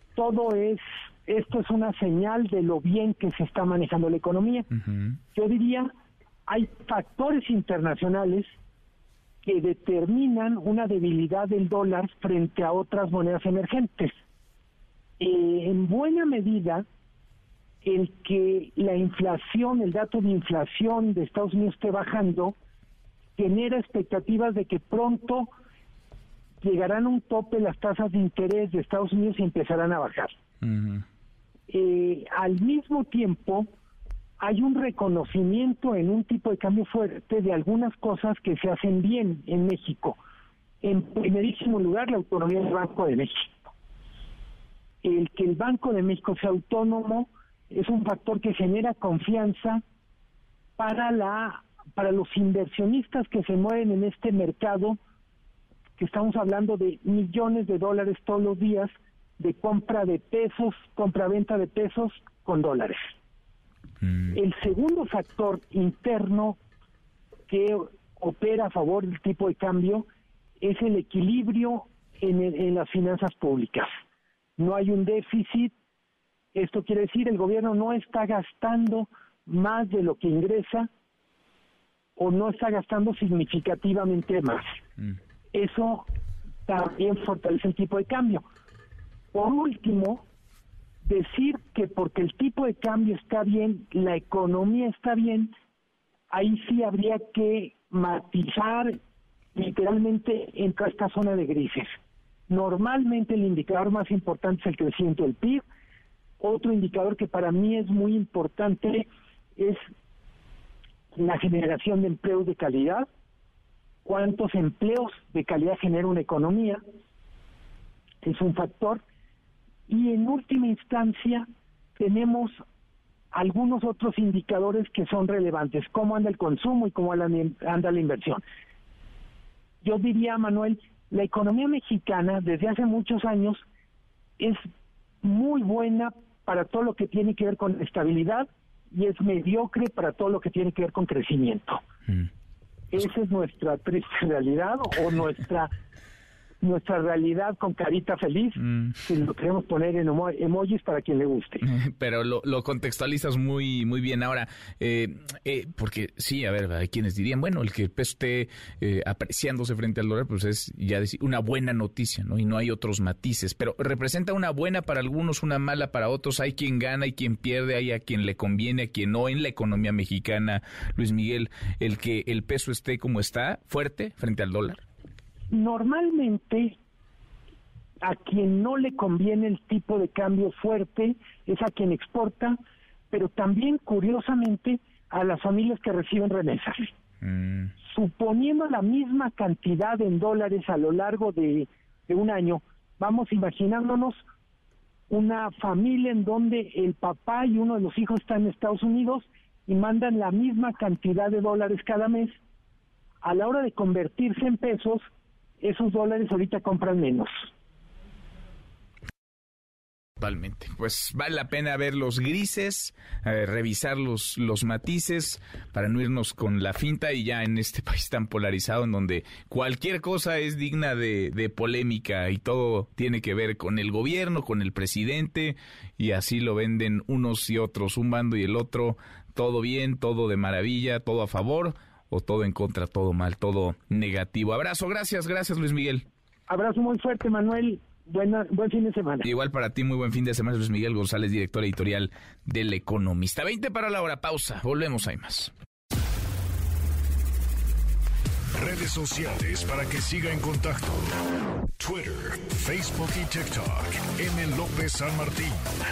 esto es una señal de lo bien que se está manejando la economía. Uh-huh. Yo diría, hay factores internacionales que determinan una debilidad del dólar frente a otras monedas emergentes. En buena medida, el que la inflación, el dato de inflación de Estados Unidos esté bajando, genera expectativas de que pronto llegarán a un tope las tasas de interés de Estados Unidos y empezarán a bajar. Uh-huh. Al mismo tiempo, hay un reconocimiento en un tipo de cambio fuerte de algunas cosas que se hacen bien en México. En primerísimo lugar, la autonomía del Banco de México. El que el Banco de México sea autónomo es un factor que genera confianza para los inversionistas que se mueven en este mercado, que estamos hablando de millones de dólares todos los días, de compra-venta de pesos con dólares. El segundo factor interno que opera a favor del tipo de cambio es el equilibrio en las finanzas públicas. No hay un déficit, esto quiere decir el gobierno no está gastando más de lo que ingresa, o no está gastando significativamente más. Eso también fortalece el tipo de cambio. Por último, decir que porque el tipo de cambio está bien, la economía está bien, ahí sí habría que matizar, literalmente entra esta zona de grises. Normalmente el indicador más importante es el crecimiento del PIB. Otro indicador que para mí es muy importante es la generación de empleos de calidad, cuántos empleos de calidad genera una economía, es un factor, y en última instancia tenemos algunos otros indicadores que son relevantes, cómo anda el consumo y cómo anda la inversión. Yo diría, Manuel, la economía mexicana desde hace muchos años es muy buena para todo lo que tiene que ver con estabilidad, y es mediocre para todo lo que tiene que ver con crecimiento. Esa es nuestra triste realidad, o nuestra realidad con carita feliz, si lo queremos poner en emojis para quien le guste. Pero lo contextualizas muy muy bien. Ahora, porque sí, a ver, hay quienes dirían, bueno, el que el peso esté apreciándose frente al dólar, pues es ya decir una buena noticia, ¿no? Y no hay otros matices, pero representa una buena para algunos, una mala para otros. Hay quien gana, hay quien pierde, hay a quien le conviene, a quien no en la economía mexicana. Luis Miguel, el que el peso esté como está, fuerte frente al dólar. Normalmente, a quien no le conviene el tipo de cambio fuerte es a quien exporta, pero también, curiosamente, a las familias que reciben remesas. suponiendo la misma cantidad en dólares a lo largo de un año, vamos imaginándonos una familia en donde el papá y uno de los hijos están en Estados Unidos y mandan la misma cantidad de dólares cada mes. A la hora de convertirse en pesos, esos dólares ahorita compran menos. Totalmente. Pues vale la pena ver los grises, revisar los matices para no irnos con la finta, y ya en este país tan polarizado en donde cualquier cosa es digna de polémica y todo tiene que ver con el gobierno, con el presidente, y así lo venden unos y otros, un bando y el otro, todo bien, todo de maravilla, todo a favor o todo en contra, todo mal, todo negativo. Abrazo, gracias Luis Miguel. Abrazo muy fuerte, Manuel. Buen fin de semana. Igual para ti, muy buen fin de semana. Luis Miguel González, director editorial del Economista. 20 para la hora, pausa. Volvemos, hay más. Redes sociales para que siga en contacto: Twitter, Facebook y TikTok. M. López San Martín.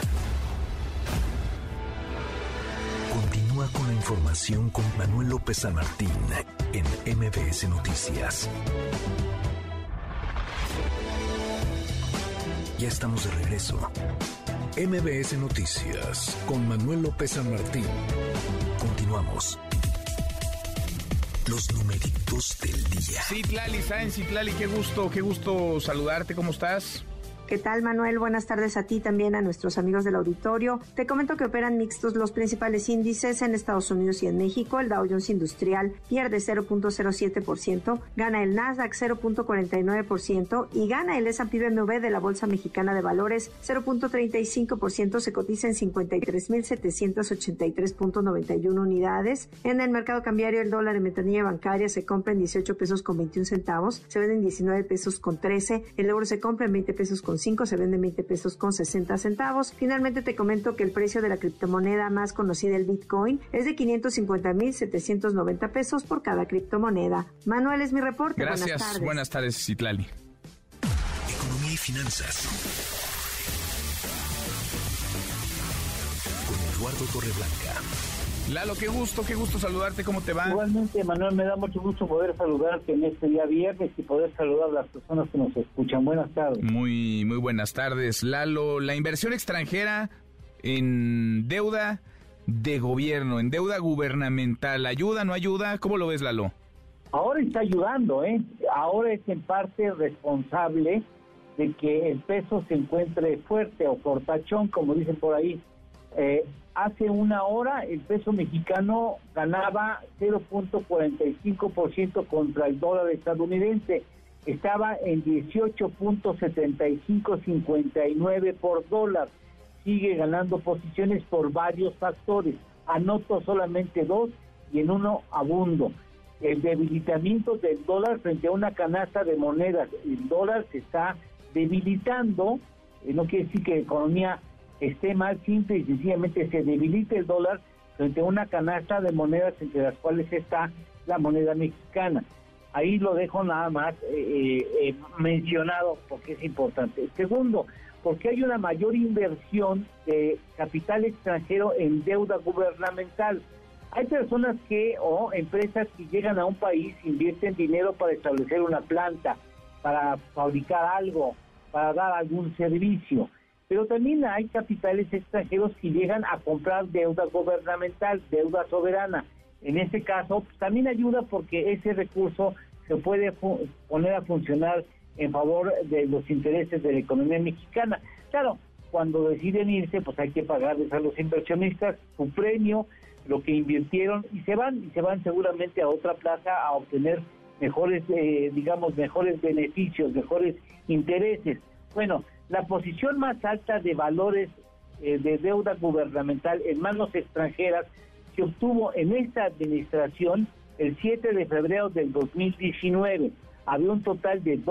Continúa con la información con Manuel López San Martín en MBS Noticias. Ya estamos de regreso. MBS Noticias con Manuel López San Martín. Continuamos. Los numeritos del día. Citlali Sáenz, Citlali, qué gusto saludarte, ¿cómo estás? ¿Qué tal, Manuel? Buenas tardes a ti, también a nuestros amigos del auditorio. Te comento que operan mixtos los principales índices en Estados Unidos y en México. El Dow Jones Industrial pierde 0.07%, gana el Nasdaq 0.49% y gana el S&P BMW de la Bolsa Mexicana de Valores 0.35%, se cotiza en 53,783.91 unidades. En el mercado cambiario, el dólar en ventanilla bancaria se compra en 18 pesos con 21 centavos, se vende en 19 pesos con 13, el euro se compra en 20 pesos con 5, se vende en 20 pesos con 60 centavos. Finalmente te comento que el precio de la criptomoneda más conocida, el Bitcoin, es de 550,790 pesos por cada criptomoneda. Manuel, es mi reporte. Gracias. Buenas tardes, Citlali. Economía y finanzas. Con Eduardo Torreblanca. Lalo, qué gusto saludarte, ¿cómo te va? Igualmente, Manuel, me da mucho gusto poder saludarte en este día viernes y poder saludar a las personas que nos escuchan. Buenas tardes. Muy buenas tardes, Lalo. La inversión extranjera en deuda de gobierno, en deuda gubernamental, ¿ayuda, no ayuda? ¿Cómo lo ves, Lalo? Ahora está ayudando, Ahora es en parte responsable de que el peso se encuentre fuerte o fortachón, como dicen por ahí. Hace una hora el peso mexicano ganaba 0.45% contra el dólar estadounidense. Estaba en 18.7559 por dólar. Sigue ganando posiciones por varios factores. Anoto solamente dos y en uno abundo. El debilitamiento del dólar frente a una canasta de monedas. El dólar se está debilitando. No quiere decir que la economía esté mal, simple y sencillamente se debilita el dólar frente a una canasta de monedas entre las cuales está la moneda mexicana. Ahí lo dejo nada más mencionado porque es importante. Segundo, porque hay una mayor inversión de capital extranjero en deuda gubernamental. Hay personas o empresas que llegan a un país, invierten dinero para establecer una planta, para fabricar algo, para dar algún servicio. Pero también hay capitales extranjeros que llegan a comprar deuda gubernamental, deuda soberana. En este caso, pues, también ayuda porque ese recurso se puede poner a funcionar en favor de los intereses de la economía mexicana. Claro, cuando deciden irse, pues hay que pagarles a los inversionistas su premio, lo que invirtieron, y se van seguramente a otra plaza a obtener mejores beneficios, mejores intereses. Bueno, la posición más alta de valores de deuda gubernamental en manos extranjeras se obtuvo en esta administración el 7 de febrero del 2019. Había un total de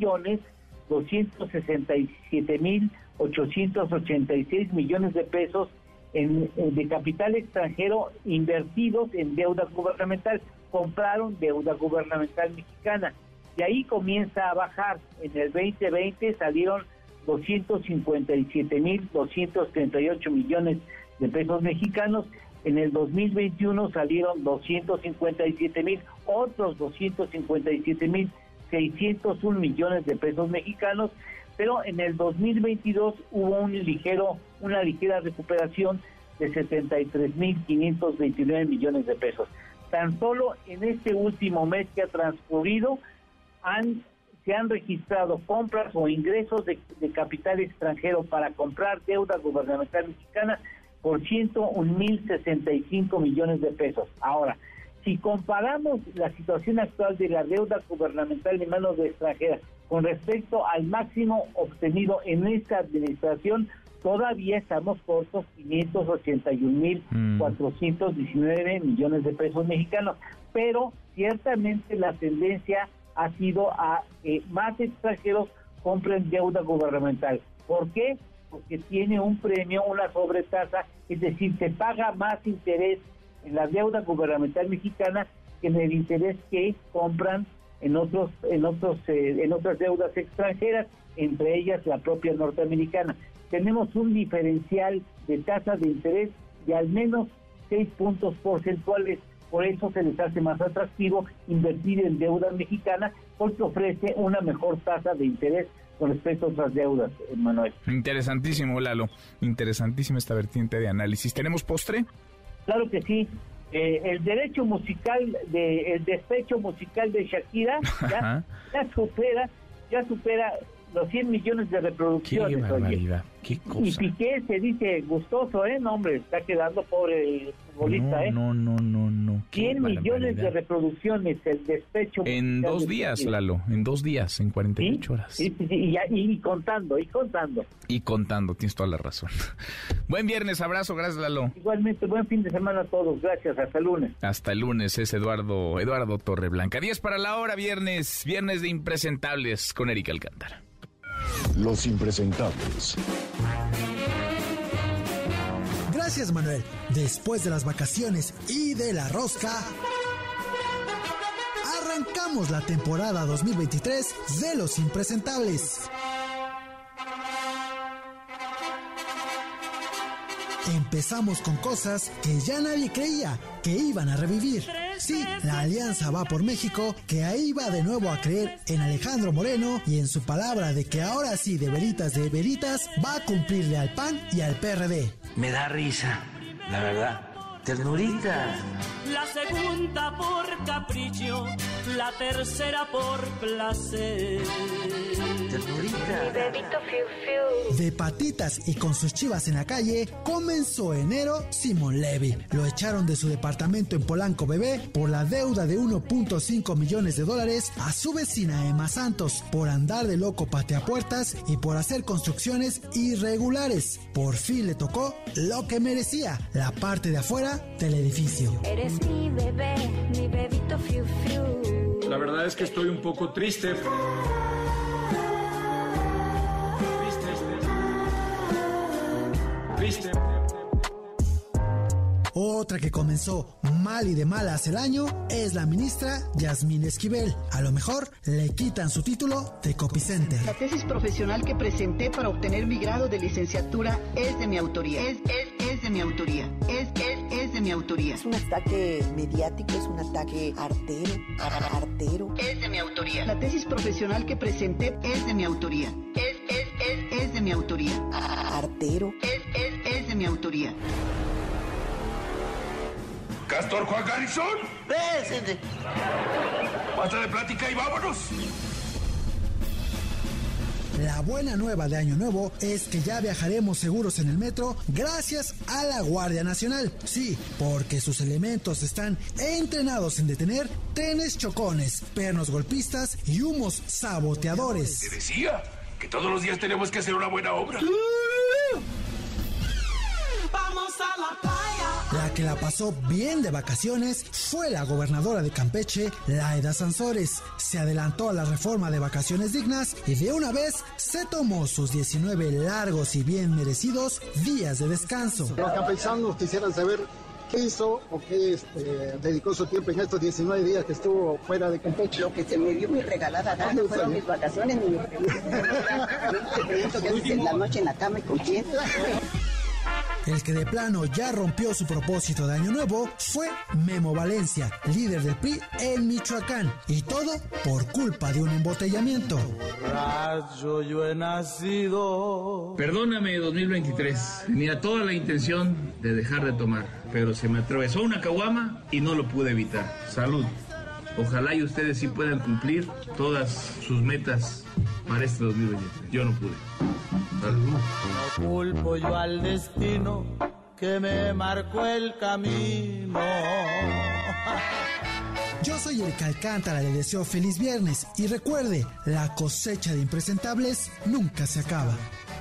2.267.886 millones de pesos de capital extranjero invertidos en deuda gubernamental. Compraron deuda gubernamental mexicana. De ahí comienza a bajar. En el 2020 salieron 257.238 millones de pesos mexicanos En el 2021 salieron 257,000, otros 257,601 millones de pesos mexicanos, pero en el 2022 hubo una ligera recuperación de 73,529 millones de pesos. Tan solo en este último mes que ha transcurrido se han registrado compras o ingresos de capital extranjero para comprar deuda gubernamental mexicana por 101,065 millones de pesos. Ahora, si comparamos la situación actual de la deuda gubernamental en manos de extranjeras con respecto al máximo obtenido en esta administración, todavía estamos cortos 581,419 millones de pesos mexicanos, pero ciertamente la tendencia ha sido a que más extranjeros compren deuda gubernamental. ¿Por qué? Porque tiene un premio, una sobretasa, es decir, se paga más interés en la deuda gubernamental mexicana que en el interés que compran en otras deudas extranjeras, entre ellas la propia norteamericana. Tenemos un diferencial de tasa de interés de al menos 6 puntos porcentuales. Por eso se les hace más atractivo invertir en deuda mexicana, porque ofrece una mejor tasa de interés con respecto a otras deudas, Manuel. Interesantísimo, Lalo. Interesantísima esta vertiente de análisis. ¿Tenemos postre? Claro que sí. El despecho musical de Shakira ya supera los 100 millones de reproducciones. ¡Qué barbaridad! ¡Qué cosa! Y Piqué se dice gustoso, No, hombre, está quedando pobre futbolista, No. 100 millones de reproducciones, el despecho. En 2 días, Lalo, en 48 horas. Sí, y contando. Y contando, tienes toda la razón. Buen viernes, abrazo, gracias, Lalo. Igualmente, buen fin de semana a todos, gracias, hasta el lunes. Hasta el lunes es Eduardo Torreblanca. 10 para la hora, viernes de impresentables con Erika Alcántara. Los impresentables. Gracias, Manuel. Después de las vacaciones y de la rosca, arrancamos la temporada 2023 de Los Impresentables. Empezamos con cosas que ya nadie creía que iban a revivir. Sí, la Alianza Va por México, que ahí va de nuevo a creer en Alejandro Moreno y en su palabra de que ahora sí, de veritas, va a cumplirle al PAN y al PRD. Me da risa, la verdad. Ternurita. La segunda por capricho, la tercera por placer. Ternurita. Mi bebito fiu fiu. De patitas y con sus chivas en la calle, comenzó enero Simón Levy. Lo echaron de su departamento en Polanco, Bebé, por la deuda de $1.5 millones a su vecina Emma Santos, por andar de loco pateapuertas y por hacer construcciones irregulares. Por fin le tocó lo que merecía, la parte de afuera del edificio. Eres mi bebé, mi bebito fiu fiu. La verdad es que estoy un poco triste. Triste. Otra que comenzó mal y de malas el año es la ministra Yasmín Esquivel. A lo mejor le quitan su título de copicenter. La tesis profesional que presenté para obtener mi grado de licenciatura es de mi autoría. Es de mi autoría. Es de mi autoría. Es un ataque mediático, es un ataque artero. Es de mi autoría. La tesis profesional que presenté es de mi autoría. Es de mi autoría. Artero. Es de mi autoría. Castor Juan Garrison. Presente. Basta de plática y vámonos. La buena nueva de Año Nuevo es que ya viajaremos seguros en el metro gracias a la Guardia Nacional. Sí, porque sus elementos están entrenados en detener trenes chocones, pernos golpistas y humos saboteadores. Te decía que todos los días tenemos que hacer una buena obra. Vamos a la playa. La que la pasó bien de vacaciones fue la gobernadora de Campeche, Laida Sansores. Se adelantó a la reforma de vacaciones dignas y de una vez se tomó sus 19 largos y bien merecidos días de descanso. Los campechanos quisieran saber qué hizo o qué dedicó su tiempo en estos 19 días que estuvo fuera de Campeche. Lo que se me dio mi regalada gana fueron mis vacaciones. Te pregunto qué haces en la noche en la cama y con quién. El que de plano ya rompió su propósito de año nuevo fue Memo Valencia, líder del PRI en Michoacán, y todo por culpa de un embotellamiento. Yo he nacido. Perdóname, 2023. Tenía toda la intención de dejar de tomar, pero se me atravesó una caguama y no lo pude evitar. Salud. Ojalá y ustedes sí puedan cumplir todas sus metas para este 2023. Yo no pude. Salud. No culpo yo al destino que me marcó el camino. Yo soy Eric Alcántara, le deseo feliz viernes y recuerde, la cosecha de impresentables nunca se acaba.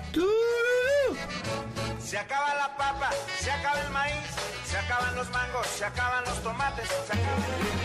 Se acaba la papa, se acaba el maíz, se acaban los mangos, se acaban los tomates, se acaban...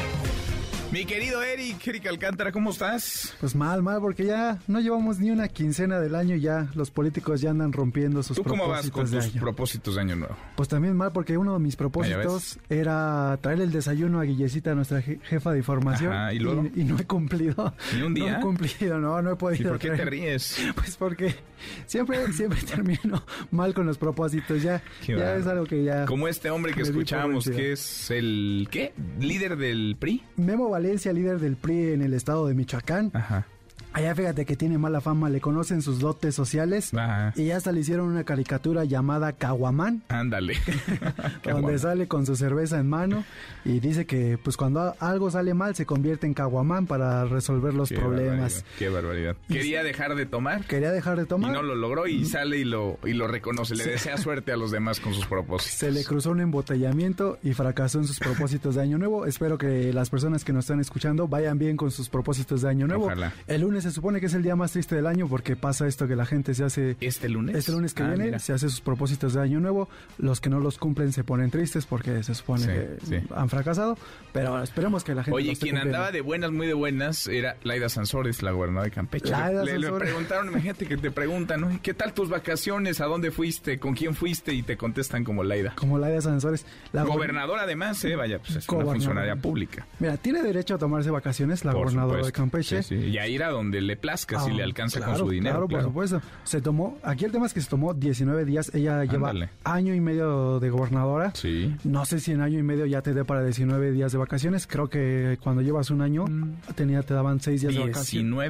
Mi querido Eric Alcántara, ¿cómo estás? Pues mal, porque ya no llevamos ni una quincena del año y ya los políticos ya andan rompiendo sus propósitos. ¿Tú cómo vas con tus propósitos de año nuevo? Pues también mal, porque uno de mis propósitos era traerle el desayuno a Guillecita, nuestra jefa de información. Ajá, ¿y luego? Y no he cumplido. ¿Ni un día? No he cumplido, no he podido. ¿Y por qué te ríes? Pues porque siempre termino mal con los propósitos. Ya es algo que ya... Como este hombre que escuchábamos, que es el... ¿qué? ¿Líder del PRI? Memo Valencia, líder del PRI en el estado de Michoacán. Ajá. Allá fíjate que tiene mala fama, le conocen sus dotes sociales. Ajá. Y hasta le hicieron una caricatura llamada Caguamán. Ándale. Donde sale con su cerveza en mano y dice que pues cuando algo sale mal se convierte en Caguamán para resolver los problemas. Qué barbaridad. Quería dejar de tomar. Y no lo logró y sale y lo reconoce. Le desea suerte a los demás con sus propósitos. Se le cruzó un embotellamiento y fracasó en sus propósitos de año nuevo. Espero que las personas que nos están escuchando vayan bien con sus propósitos de año nuevo. Ojalá. El lunes se supone que es el día más triste del año porque pasa esto que la gente se hace... ¿Este lunes? Este lunes que viene, mira. se hace sus propósitos de año nuevo. Los que no los cumplen se ponen tristes porque se supone que han fracasado. Pero esperemos que la gente... Oye, quien andaba de buenas, muy de buenas, era Laida Sansores, la gobernadora de Campeche. Le preguntaron, imagínate que te preguntan, ¿no? ¿Qué tal tus vacaciones? ¿A dónde fuiste? ¿Con quién fuiste? Y te contestan como Laida. Como Laida Sansores. La gobernadora además, vaya, pues es una funcionaria pública. Mira, tiene derecho a tomarse vacaciones la gobernadora de Campeche. Sí. Y a ir a donde le plazca, si le alcanza con su dinero. Claro, por supuesto. Aquí el tema es que se tomó 19 días. Ella lleva año y medio de gobernadora. Sí. No sé si en año y medio ya te dé para 19 días de vacaciones. Creo que cuando llevas un año, te daban 6 días de vacaciones.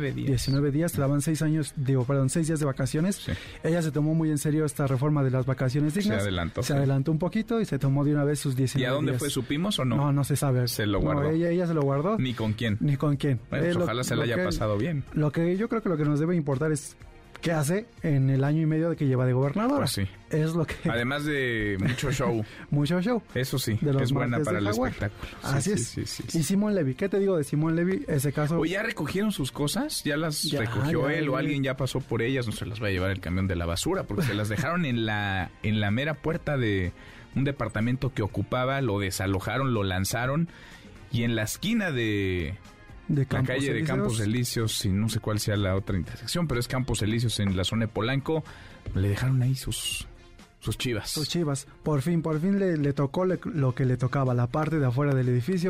19 días, te daban 6 días de vacaciones. Sí. Ella se tomó muy en serio esta reforma de las vacaciones dignas. Se adelantó un poquito y se tomó de una vez sus 19 días. ¿Y a dónde fue? ¿Supimos o no? No se sabe. Se lo guardó. No, ella se lo guardó. ¿Ni con quién? Bueno, pues ojalá se la haya pasado bien. Yo creo que lo que nos debe importar es qué hace en el año y medio de que lleva de gobernadora. Pues sí. Es lo que... Además de mucho show. Mucho show. Eso sí, es buena para el espectáculo. Así es. Sí. Y Simón Levy, ¿qué te digo de Simón Levy? Ese caso... ¿O ya recogieron sus cosas? ¿Ya las recogió él o alguien ya pasó por ellas? No se las va a llevar el camión de la basura porque se las dejaron en la mera puerta de un departamento que ocupaba, lo desalojaron, lo lanzaron y en la esquina de la calle de Campos Elíseos, y no sé cuál sea la otra intersección, pero es Campos Elíseos en la zona de Polanco, le dejaron ahí sus chivas. Sus chivas. Por fin le tocó lo que le tocaba, la parte de afuera del edificio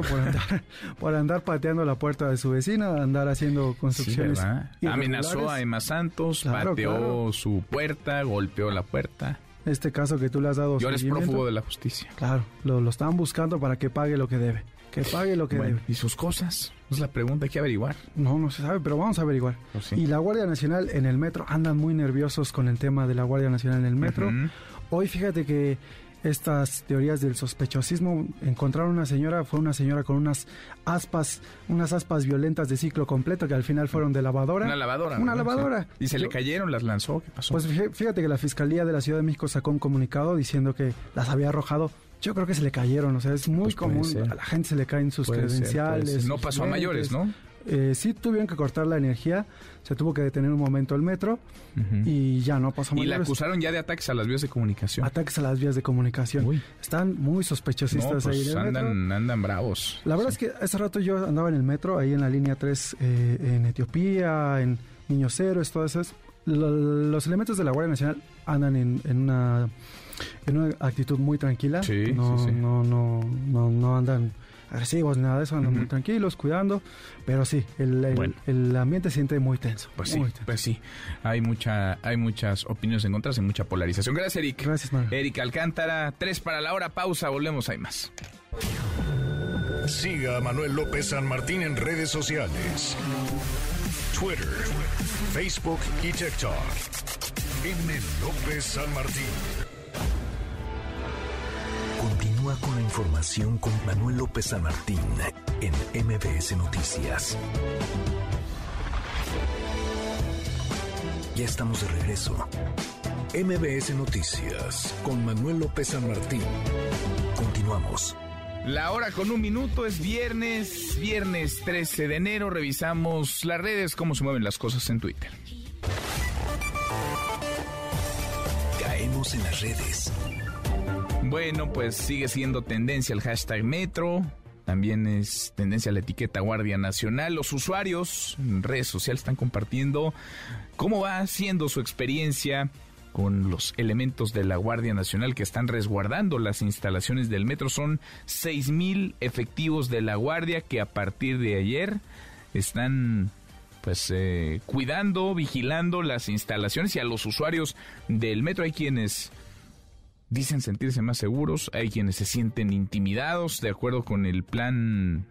por andar pateando la puerta de su vecina, andar haciendo construcciones. Sí, amenazó a Emma Santos, pateó su puerta, golpeó la puerta. Este caso que tú le has dado yo eres prófugo de la justicia. Claro, lo estaban buscando para que pague lo que debe. Que pague lo que debe. ¿Y sus cosas? Es la pregunta, hay que averiguar. No se sabe, pero vamos a averiguar. Pues sí. Y la Guardia Nacional en el metro, andan muy nerviosos con el tema de la Guardia Nacional en el metro. Hoy fíjate que estas teorías del sospechosismo, encontraron fue una señora con unas aspas violentas de ciclo completo que al final fueron de lavadora. Una lavadora. Sí. ¿Y se le cayeron? ¿Las lanzó? ¿Qué pasó? Pues fíjate que la Fiscalía de la Ciudad de México sacó un comunicado diciendo que las había arrojado. Yo creo que se le cayeron, o sea, es muy común, a la gente se le caen sus credenciales. No pasó a mayores, ¿no? Sí tuvieron que cortar la energía, se tuvo que detener un momento el metro y ya no pasó a mayores. Y la acusaron ya de ataques a las vías de comunicación. Ataques a las vías de comunicación. Uy. Están muy sospechosistas ahí en el metro. Andan bravos. La verdad es que hace rato yo andaba en el metro, ahí en la línea 3, en Etiopía, en Niños Héroes, todas esas. Los elementos de la Guardia Nacional andan en una actitud muy tranquila. Sí. No andan agresivos, nada de eso, andan muy tranquilos, cuidando, pero sí, el ambiente se siente muy tenso. Pues sí, hay muchas opiniones encontradas y mucha polarización. Gracias, Eric. Gracias, Manuel. Eric Alcántara, 3 para la hora, pausa, volvemos, hay más. Siga a Manuel López San Martín en redes sociales. Twitter, Facebook y TikTok. M. López San Martín. Continúa con la información con Manuel López San Martín en MBS Noticias. Ya estamos de regreso. MBS Noticias con Manuel López San Martín. Continuamos. La hora con 1 minuto, es viernes 13 de enero. Revisamos las redes, cómo se mueven las cosas en Twitter. Caemos en las redes. Bueno, pues sigue siendo tendencia el hashtag Metro. También es tendencia la etiqueta Guardia Nacional. Los usuarios en redes sociales están compartiendo cómo va siendo su experiencia con los elementos de la Guardia Nacional que están resguardando las instalaciones del metro. Son 6,000 efectivos de la Guardia que a partir de ayer están cuidando, vigilando las instalaciones y a los usuarios del metro. Hay quienes dicen sentirse más seguros, hay quienes se sienten intimidados. De acuerdo con el plan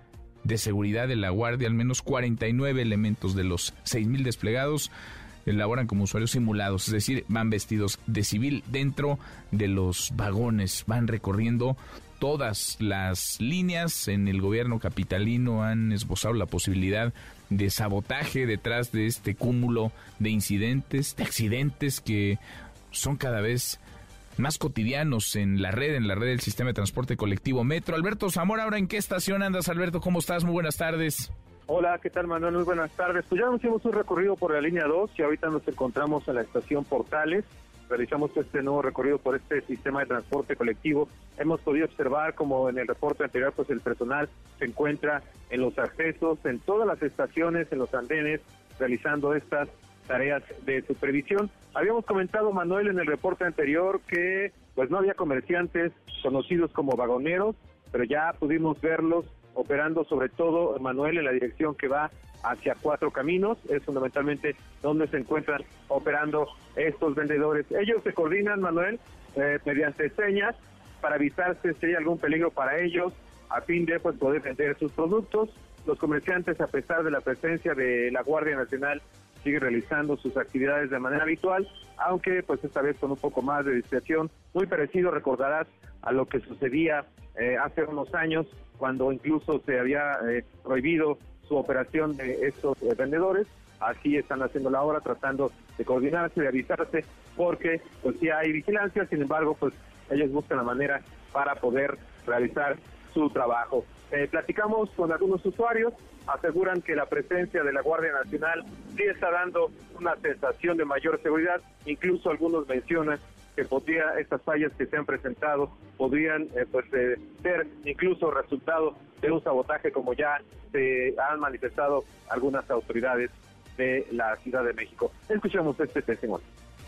de seguridad de la Guardia, al menos 49 elementos de los 6,000 desplegados elaboran como usuarios simulados, es decir, van vestidos de civil dentro de los vagones, van recorriendo todas las líneas. En el gobierno capitalino han esbozado la posibilidad de sabotaje detrás de este cúmulo de incidentes, de accidentes que son cada vez más cotidianos en la red del sistema de transporte colectivo Metro. Alberto Zamora, ahora ¿en qué estación andas, Alberto? ¿Cómo estás? Muy buenas tardes. Hola, ¿qué tal, Manuel? Muy buenas tardes. Pues ya hicimos un recorrido por la línea 2 y ahorita nos encontramos en la estación Portales. Realizamos este nuevo recorrido por este sistema de transporte colectivo. Hemos podido observar, como en el reporte anterior, pues el personal se encuentra en los accesos, en todas las estaciones, en los andenes, realizando estas tareas de supervisión. Habíamos comentado, Manuel, en el reporte anterior que pues no había comerciantes conocidos como vagoneros, pero ya pudimos verlos operando, sobre todo, Manuel, en la dirección que va hacia Cuatro Caminos. Es fundamentalmente donde se encuentran operando estos vendedores. Ellos se coordinan, Manuel, mediante señas para avisarse si hay algún peligro para ellos, a fin de poder vender sus productos. Los comerciantes, a pesar de la presencia de la Guardia Nacional, siguen realizando sus actividades de manera habitual, aunque pues esta vez con un poco más de discreción. Muy parecido, recordarás, a lo que sucedía hace unos años, cuando incluso se había prohibido su operación de estos vendedores. Así están haciendo ahora, tratando de coordinarse, de avisarse, porque pues sí hay vigilancia. Sin embargo, pues ellos buscan la manera para poder realizar su trabajo. Platicamos con algunos usuarios, aseguran que la presencia de la Guardia Nacional sí está dando una sensación de mayor seguridad. Incluso algunos mencionan que estas fallas que se han presentado podrían ser incluso resultado de un sabotaje, como ya se han manifestado algunas autoridades de la Ciudad de México. Escuchamos este testimonio.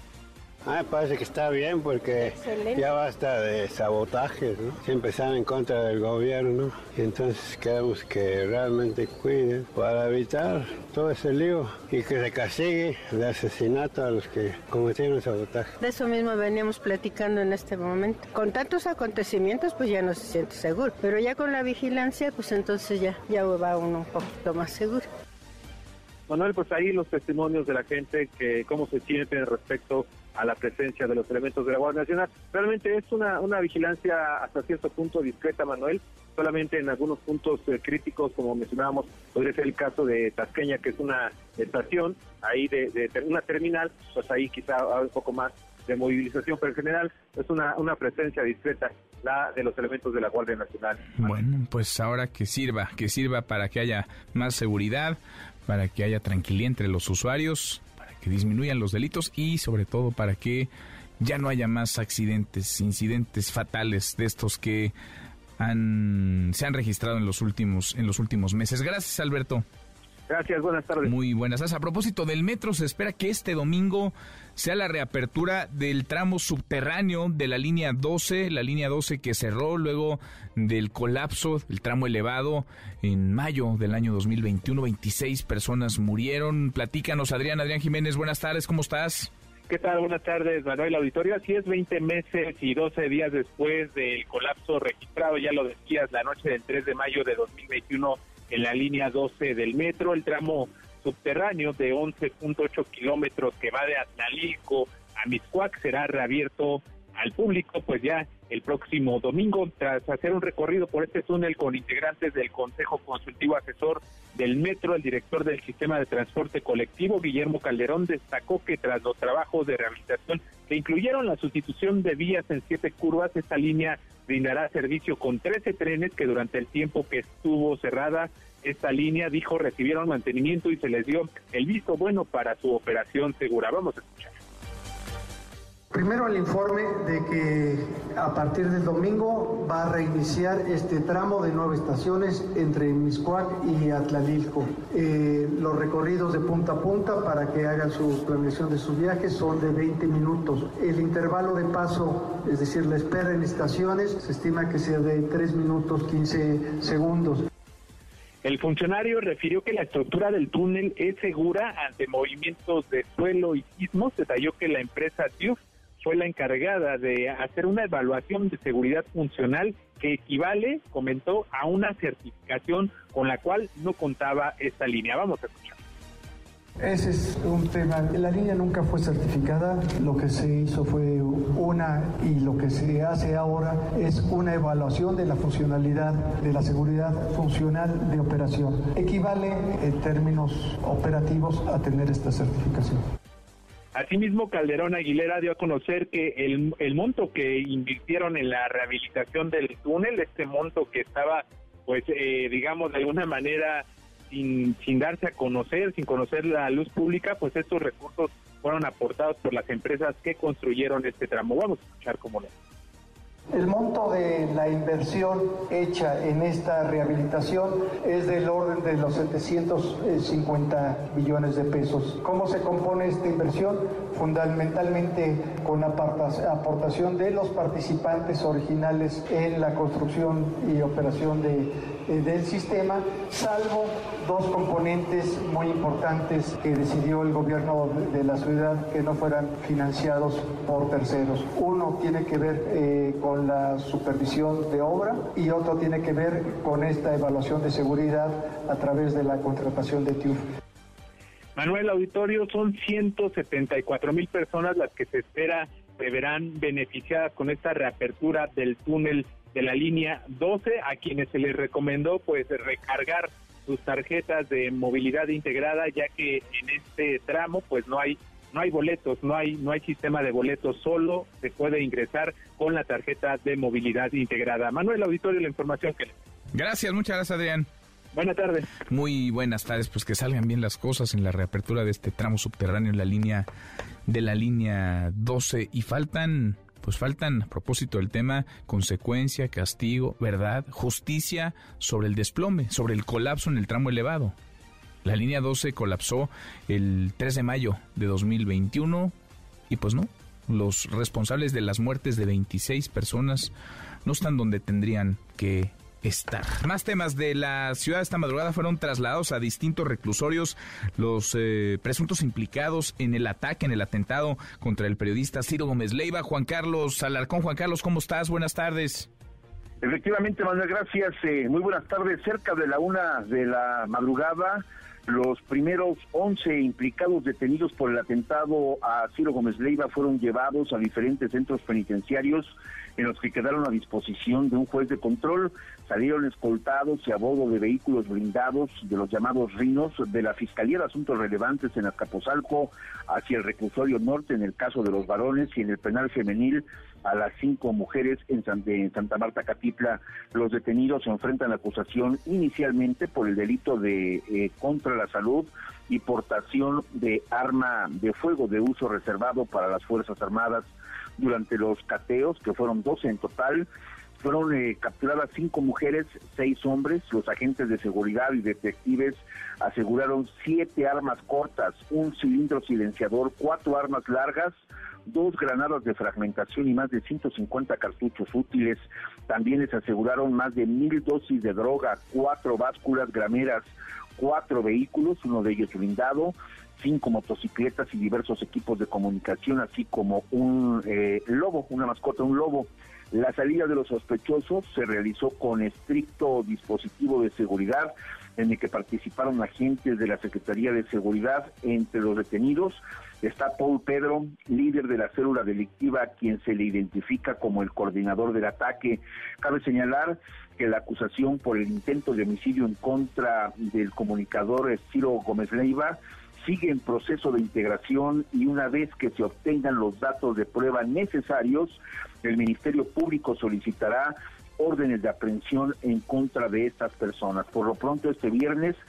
Me parece que está bien porque ya basta de sabotajes, ¿no? Siempre están en contra del gobierno y entonces queremos que realmente cuiden para evitar todo ese lío y que se castigue el asesinato a los que cometieron sabotaje. De eso mismo veníamos platicando en este momento. Con tantos acontecimientos pues ya no se siente seguro, pero ya con la vigilancia pues entonces ya va uno un poquito más seguro. Manuel, pues ahí los testimonios de la gente, que cómo se sienten respecto a la presencia de los elementos de la Guardia Nacional. Realmente es una vigilancia hasta cierto punto discreta, Manuel. Solamente en algunos puntos críticos, como mencionábamos, podría ser el caso de Tasqueña, que es una estación ahí de una terminal, pues ahí quizá habrá un poco más de movilización, pero en general es una presencia discreta la de los elementos de la Guardia Nacional. Bueno, pues ahora que sirva para que haya más seguridad, para que haya tranquilidad entre los usuarios, para que disminuyan los delitos y sobre todo para que ya no haya más incidentes fatales de estos que se han registrado en los últimos meses. Gracias, Alberto. Gracias, buenas tardes. Muy buenas tardes. A propósito del metro, se espera que este domingo sea la reapertura del tramo subterráneo de la línea 12, que cerró luego del colapso del tramo elevado en mayo del año 2021. 26 personas murieron. Platícanos, Adrián Jiménez, buenas tardes, ¿cómo estás? ¿Qué tal? Buenas tardes, Manuel Auditorio. Así es, 20 meses y 12 días después del colapso registrado, ya lo decías, la noche del 3 de mayo de 2021 en la línea 12 del metro, el tramo subterráneo de 11.8 kilómetros que va de Atlalico a Mixcoac será reabierto al público, pues ya el próximo domingo, tras hacer un recorrido por este túnel con integrantes del Consejo Consultivo Asesor del Metro. El director del Sistema de Transporte Colectivo, Guillermo Calderón, destacó que tras los trabajos de rehabilitación que incluyeron la sustitución de vías en 7 curvas, esta línea brindará servicio con 13 trenes que durante el tiempo que estuvo cerrada esta línea, dijo, recibieron mantenimiento y se les dio el visto bueno para su operación segura. Vamos a escuchar. Primero el informe de que a partir del domingo va a reiniciar este tramo de 9 estaciones entre Mixcoac y Atlalilco. Los recorridos de punta a punta para que hagan su planeación de sus viajes son de 20 minutos. El intervalo de paso, es decir, la espera en estaciones, se estima que sea de 3 minutos 15 segundos. El funcionario refirió que la estructura del túnel es segura ante movimientos de suelo y sismos. Detalló que la empresa TÜV fue la encargada de hacer una evaluación de seguridad funcional que equivale, comentó, a una certificación con la cual no contaba esta línea. Vamos a escuchar. Ese es un tema. La línea nunca fue certificada. Lo que se hizo fue y lo que se hace ahora es una evaluación de la funcionalidad, de la seguridad funcional de operación. Equivale en términos operativos a tener esta certificación. Asimismo, Calderón Aguilera dio a conocer que el monto que invirtieron en la rehabilitación del túnel, este monto que estaba, pues, digamos, de alguna manera sin darse a conocer, sin conocer la luz pública, pues estos recursos fueron aportados por las empresas que construyeron este tramo. Vamos a escuchar cómo lo. El monto de la inversión hecha en esta rehabilitación es del orden de los 750 millones de pesos. ¿Cómo se compone esta inversión? Fundamentalmente con aportación de los participantes originales en la construcción y operación del sistema, salvo 2 componentes muy importantes que decidió el gobierno de la ciudad que no fueran financiados por terceros. Uno tiene que ver con la supervisión de obra y otro tiene que ver con esta evaluación de seguridad a través de la contratación de TÜV. Manuel Auditorio, son 174,000 personas las que se espera se verán beneficiadas con esta reapertura del túnel de la línea 12, a quienes se les recomendó pues recargar sus tarjetas de movilidad integrada, ya que en este tramo pues no hay boletos, no hay sistema de boletos, solo se puede ingresar con la tarjeta de movilidad integrada. Manuel Auditorio, la información que le... Gracias, muchas gracias, Adrián. Buenas tardes. Muy buenas tardes, pues que salgan bien las cosas en la reapertura de este tramo subterráneo en la línea 12 y faltan, a propósito del tema, consecuencia, castigo, verdad, justicia sobre el desplome, sobre el colapso en el tramo elevado. La línea 12 colapsó el 3 de mayo de 2021 y pues no, los responsables de las muertes de 26 personas no están donde tendrían que estar. Más temas de la ciudad esta madrugada: fueron trasladados a distintos reclusorios los presuntos implicados en el atentado contra el periodista Ciro Gómez Leiva. Juan Carlos Alarcón. Juan Carlos, ¿cómo estás? Buenas tardes. Efectivamente, Manuel, gracias. Muy buenas tardes. Cerca de la 1 de la madrugada, los primeros 11 implicados detenidos por el atentado a Ciro Gómez Leiva fueron llevados a diferentes centros penitenciarios en los que quedaron a disposición de un juez de control. Salieron escoltados y a bordo de vehículos blindados de los llamados Rinos de la Fiscalía de Asuntos Relevantes en Azcapotzalco hacia el reclusorio norte en el caso de los varones y en el penal femenil a las 5 mujeres en Santa Marta Catitla. Los detenidos se enfrentan a acusación inicialmente por el delito de contra la salud y portación de arma de fuego de uso reservado para las Fuerzas Armadas. Durante los cateos, que fueron 12 en total, Fueron capturadas 5 mujeres, 6 hombres. Los agentes de seguridad y detectives aseguraron 7 armas cortas, un cilindro silenciador, 4 armas largas, 2 granadas de fragmentación y más de 150 cartuchos útiles. También les aseguraron más de 1,000 dosis de droga, 4 básculas grameras, 4 vehículos, uno de ellos blindado, 5 motocicletas y diversos equipos de comunicación, así como un lobo, una mascota, un lobo. La salida de los sospechosos se realizó con estricto dispositivo de seguridad, en el que participaron agentes de la Secretaría de Seguridad. Entre los detenidos está Paul Pedro, líder de la célula delictiva, a quien se le identifica como el coordinador del ataque. Cabe señalar que la acusación por el intento de homicidio en contra del comunicador Ciro Gómez Leiva sigue en proceso de integración, y una vez que se obtengan los datos de prueba necesarios, el Ministerio Público solicitará órdenes de aprehensión en contra de estas personas. Por lo pronto, este viernes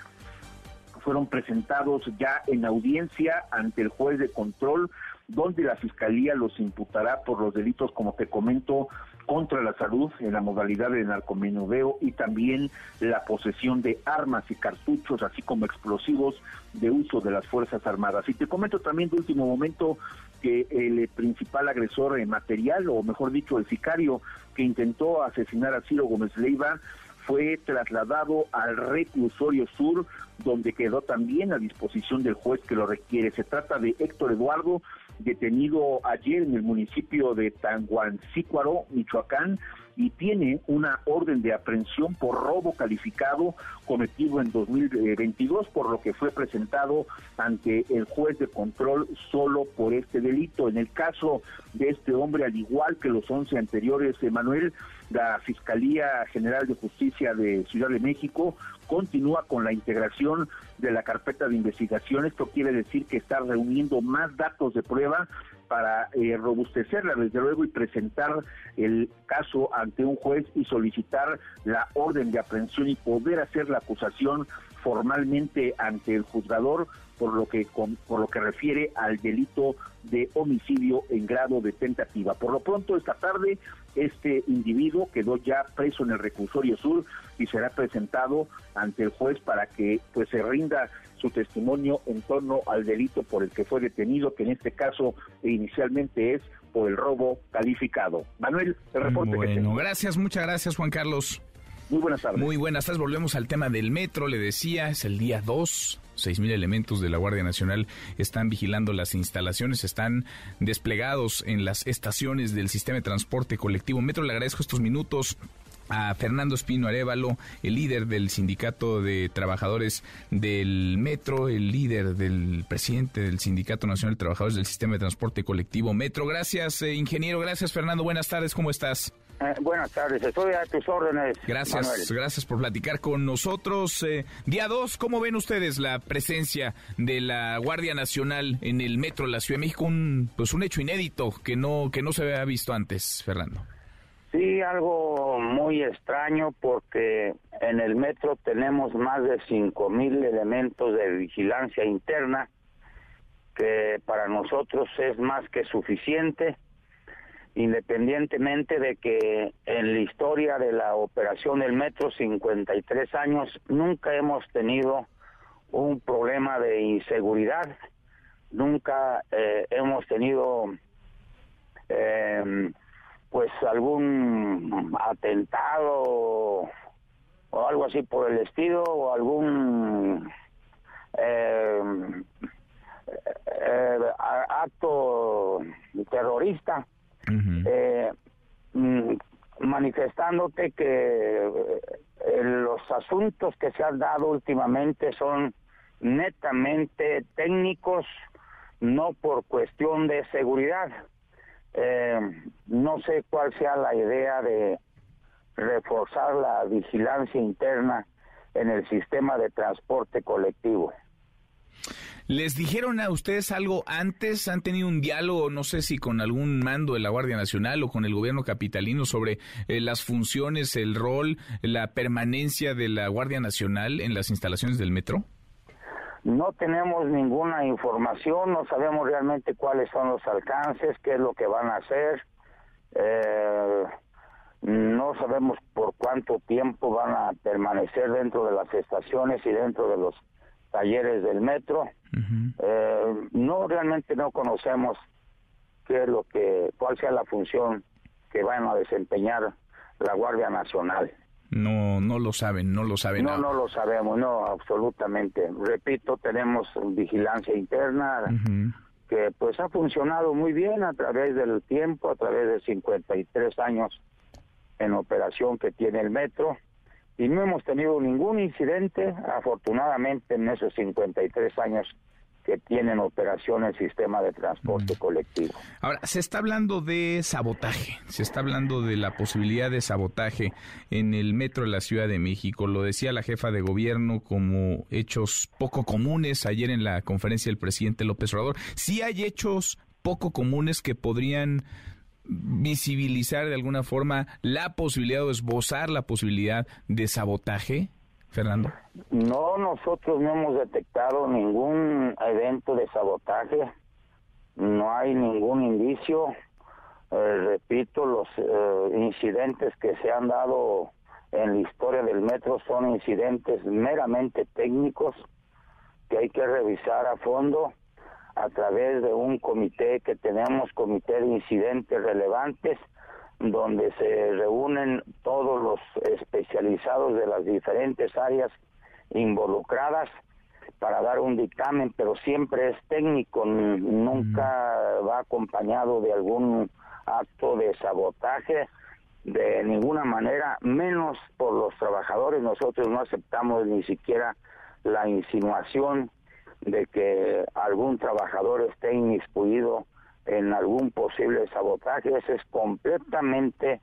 fueron presentados ya en audiencia ante el juez de control, donde la Fiscalía los imputará por los delitos, como te comento, contra la salud en la modalidad de narcomenudeo y también la posesión de armas y cartuchos, así como explosivos de uso de las Fuerzas Armadas. Y te comento también de último momento que el principal agresor material, o mejor dicho, el sicario que intentó asesinar a Ciro Gómez Leiva, fue trasladado al reclusorio sur, donde quedó también a disposición del juez que lo requiere. Se trata de Héctor Eduardo, detenido ayer en el municipio de Tanguancícuaro, Michoacán, y tiene una orden de aprehensión por robo calificado cometido en 2022, por lo que fue presentado ante el juez de control solo por este delito. En el caso de este hombre, al igual que los 11 anteriores, Manuel, la Fiscalía General de Justicia de Ciudad de México continúa con la integración de la carpeta de investigación. Esto quiere decir que está reuniendo más datos de prueba para robustecerla, desde luego, y presentar el caso ante un juez y solicitar la orden de aprehensión y poder hacer la acusación formalmente ante el juzgador por lo que refiere al delito de homicidio en grado de tentativa. Por lo pronto, esta tarde, este individuo quedó ya preso en el reclusorio sur y será presentado ante el juez para que pues se rinda su testimonio en torno al delito por el que fue detenido, que en este caso inicialmente es por el robo calificado. Manuel, el reporte que tengo. Gracias, muchas gracias, Juan Carlos. Muy buenas tardes. Muy buenas tardes. Volvemos al tema del metro. Le decía, es el día 2. 6,000 elementos de la Guardia Nacional están vigilando las instalaciones, están desplegados en las estaciones del sistema de transporte colectivo Metro. Le agradezco estos minutos a Fernando Espino Arévalo, el líder del Sindicato de Trabajadores del Metro, el líder del presidente del Sindicato Nacional de Trabajadores del Sistema de Transporte Colectivo Metro. Gracias, ingeniero. Gracias, Fernando. Buenas tardes. ¿Cómo estás? Buenas tardes, estoy a tus órdenes. Gracias, Manuel. Gracias por platicar con nosotros. Día 2, ¿cómo ven ustedes la presencia de la Guardia Nacional en el metro de la Ciudad de México? Un hecho inédito que no se había visto antes, Fernando. Sí, algo muy extraño, porque en el metro tenemos más de 5,000 elementos de vigilancia interna, que para nosotros es más que suficiente, independientemente de que en la historia de la operación del metro, 53 años, nunca hemos tenido un problema de inseguridad, nunca hemos tenido pues algún atentado o algo así por el estilo, o algún acto terrorista. Manifestándote que los asuntos que se han dado últimamente son netamente técnicos, no por cuestión de seguridad. No sé cuál sea la idea de reforzar la vigilancia interna en el sistema de transporte colectivo. ¿Les dijeron a ustedes algo antes? ¿Han tenido un diálogo, no sé si con algún mando de la Guardia Nacional o con el gobierno capitalino, sobre las funciones, el rol, la permanencia de la Guardia Nacional en las instalaciones del metro? No tenemos ninguna información, no sabemos realmente cuáles son los alcances, qué es lo que van a hacer. No sabemos por cuánto tiempo van a permanecer dentro de las estaciones y dentro de los talleres del metro. Realmente no conocemos cuál sea la función que van a desempeñar la Guardia Nacional. No lo saben. No lo sabemos, no, absolutamente. Repito, tenemos vigilancia interna que pues ha funcionado muy bien a través del tiempo, a través de 53 años en operación que tiene el metro, y no hemos tenido ningún incidente, afortunadamente, en esos 53 años que tienen operación el sistema de transporte colectivo. Ahora, se está hablando de sabotaje, se está hablando de la posibilidad de sabotaje en el metro de la Ciudad de México. Lo decía la jefa de gobierno como hechos poco comunes ayer en la conferencia del presidente López Obrador. ¿Sí hay hechos poco comunes que podrían visibilizar de alguna forma la posibilidad o esbozar la posibilidad de sabotaje, Fernando? No, nosotros no hemos detectado ningún evento de sabotaje, no hay ningún indicio. Repito, los incidentes que se han dado en la historia del metro son incidentes meramente técnicos que hay que revisar a fondo a través de un comité que tenemos, comité de incidentes relevantes, donde se reúnen todos los especializados de las diferentes áreas involucradas para dar un dictamen, pero siempre es técnico, nunca va acompañado de algún acto de sabotaje, de ninguna manera, menos por los trabajadores. Nosotros no aceptamos ni siquiera la insinuación de que algún trabajador esté inmiscuido en algún posible sabotaje. Eso es completamente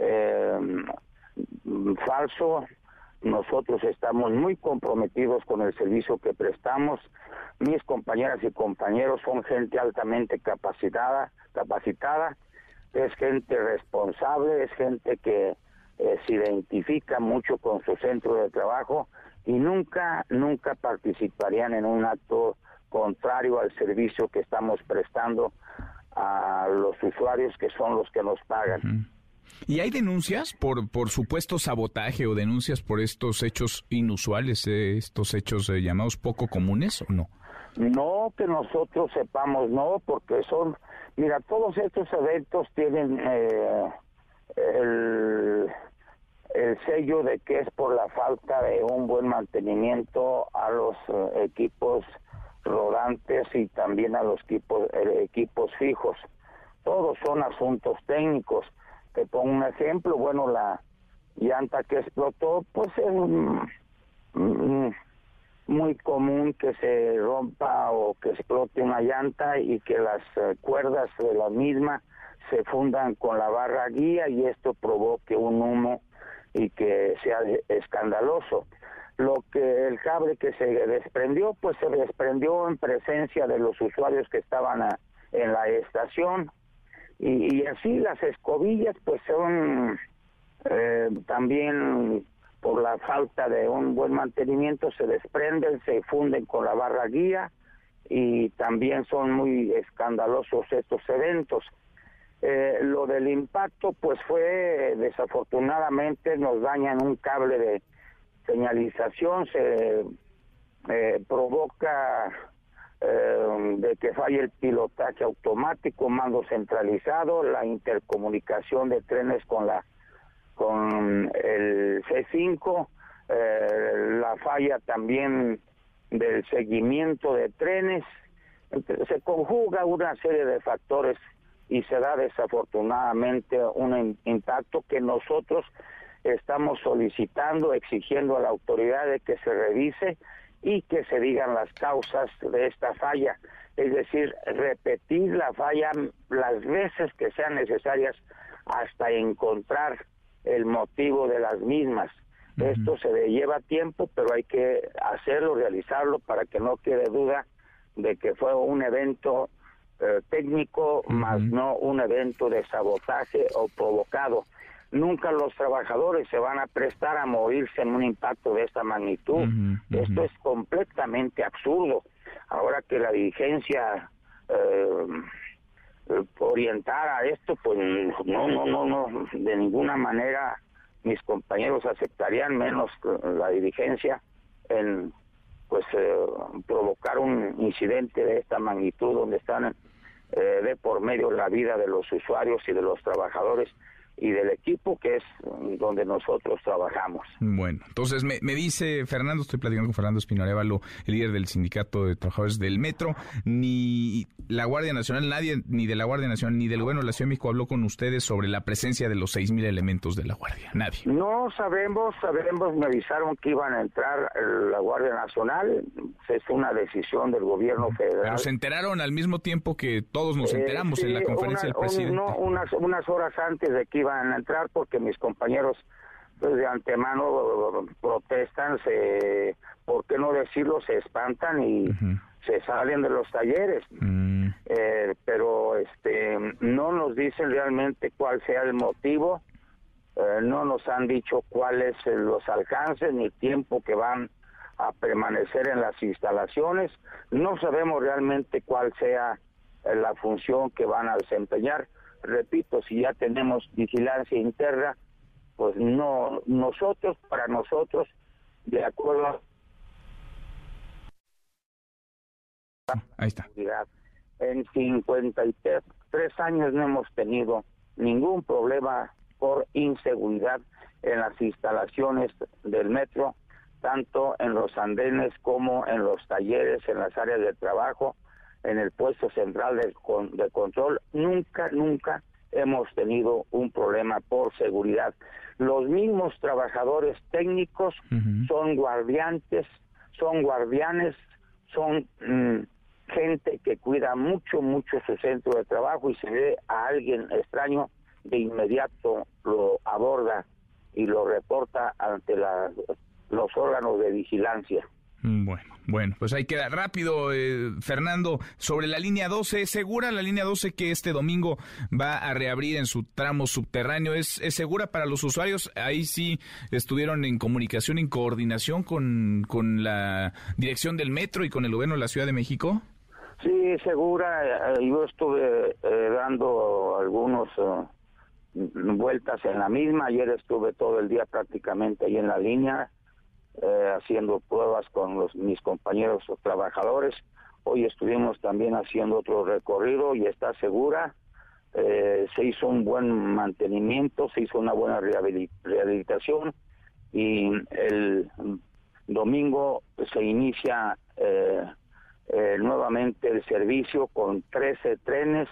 falso. Nosotros estamos muy comprometidos con el servicio que prestamos. Mis compañeras y compañeros son gente altamente capacitada, es gente responsable, es gente que se identifica mucho con su centro de trabajo y nunca participarían en un acto contrario al servicio que estamos prestando a los usuarios, que son los que nos pagan. ¿Y hay denuncias por supuesto sabotaje o denuncias por estos hechos inusuales, estos hechos llamados poco comunes, o no? No, que nosotros sepamos, no, porque todos estos eventos tienen el sello de que es por la falta de un buen mantenimiento a los equipos rodantes y también a los equipos fijos. Todos son asuntos técnicos. Te pongo un ejemplo, la llanta que explotó, pues es muy común que se rompa o que explote una llanta y que las cuerdas de la misma se fundan con la barra guía y esto provoque un humo y que sea escandaloso. El cable que se desprendió, pues se desprendió en presencia de los usuarios que estaban en la estación, y así las escobillas pues son también por la falta de un buen mantenimiento se desprenden, se funden con la barra guía y también son muy escandalosos estos eventos. Lo del impacto pues fue desafortunadamente nos dañan un cable de señalización, se provoca de que falle el pilotaje automático, mando centralizado, la intercomunicación de trenes con el C5, la falla también del seguimiento de trenes. Entonces, se conjuga una serie de factores y se da desafortunadamente un impacto que nosotros estamos solicitando, exigiendo a la autoridad de que se revise y que se digan las causas de esta falla, es decir, repetir la falla las veces que sean necesarias hasta encontrar el motivo de las mismas. Esto se lleva tiempo, pero hay que hacerlo, realizarlo para que no quede duda de que fue un evento técnico, más no un evento de sabotaje o provocado. Nunca los trabajadores se van a prestar a morirse en un impacto de esta magnitud. Esto es completamente absurdo. Ahora que la dirigencia orientar a esto, pues no, de ninguna manera mis compañeros aceptarían, menos la dirigencia, en provocar un incidente de esta magnitud donde están de por medio la vida de los usuarios y de los trabajadores y del equipo, que es donde nosotros trabajamos. Bueno, entonces me dice Fernando, estoy platicando con Fernando Espino Arévalo, el líder del Sindicato de Trabajadores del Metro, ni la Guardia Nacional, nadie, ni de la Guardia Nacional, ni del Gobierno de la Ciudad de México habló con ustedes sobre la presencia de los 6,000 elementos de la Guardia, nadie. No sabemos, me avisaron que iban a entrar la Guardia Nacional, es una decisión del Gobierno federal. Pero se enteraron al mismo tiempo que todos nos enteramos en la conferencia del presidente. Unas horas antes de que iban a entrar, porque mis compañeros pues, de antemano protestan, por qué no decirlo, se espantan y se salen de los talleres. Pero no nos dicen realmente cuál sea el motivo, no nos han dicho cuáles los alcances ni el tiempo que van a permanecer en las instalaciones, no sabemos realmente cuál sea la función que van a desempeñar. Repito, si ya tenemos vigilancia interna, pues no, para nosotros, de acuerdo. Ahí está. En 53 años no hemos tenido ningún problema por inseguridad en las instalaciones del metro, tanto en los andenes como en los talleres, en las áreas de trabajo, en el puesto central de control. Nunca hemos tenido un problema por seguridad. Los mismos trabajadores técnicos son guardianes, son gente que cuida mucho su centro de trabajo, y se ve a alguien extraño, de inmediato lo aborda y lo reporta ante los órganos de vigilancia. Bueno, pues ahí queda. Rápido, Fernando, sobre la línea 12, ¿es segura la línea 12 que este domingo va a reabrir en su tramo subterráneo? ¿Es segura para los usuarios? Ahí sí estuvieron en comunicación, en coordinación con la dirección del metro y con el Gobierno de la Ciudad de México. Sí, segura. Yo estuve dando algunas vueltas en la misma. Ayer estuve todo el día prácticamente ahí en la línea, haciendo pruebas con mis compañeros trabajadores. Hoy estuvimos también haciendo otro recorrido y está segura. Se hizo un buen mantenimiento, se hizo una buena rehabilitación, y el domingo se inicia nuevamente el servicio con 13 trenes,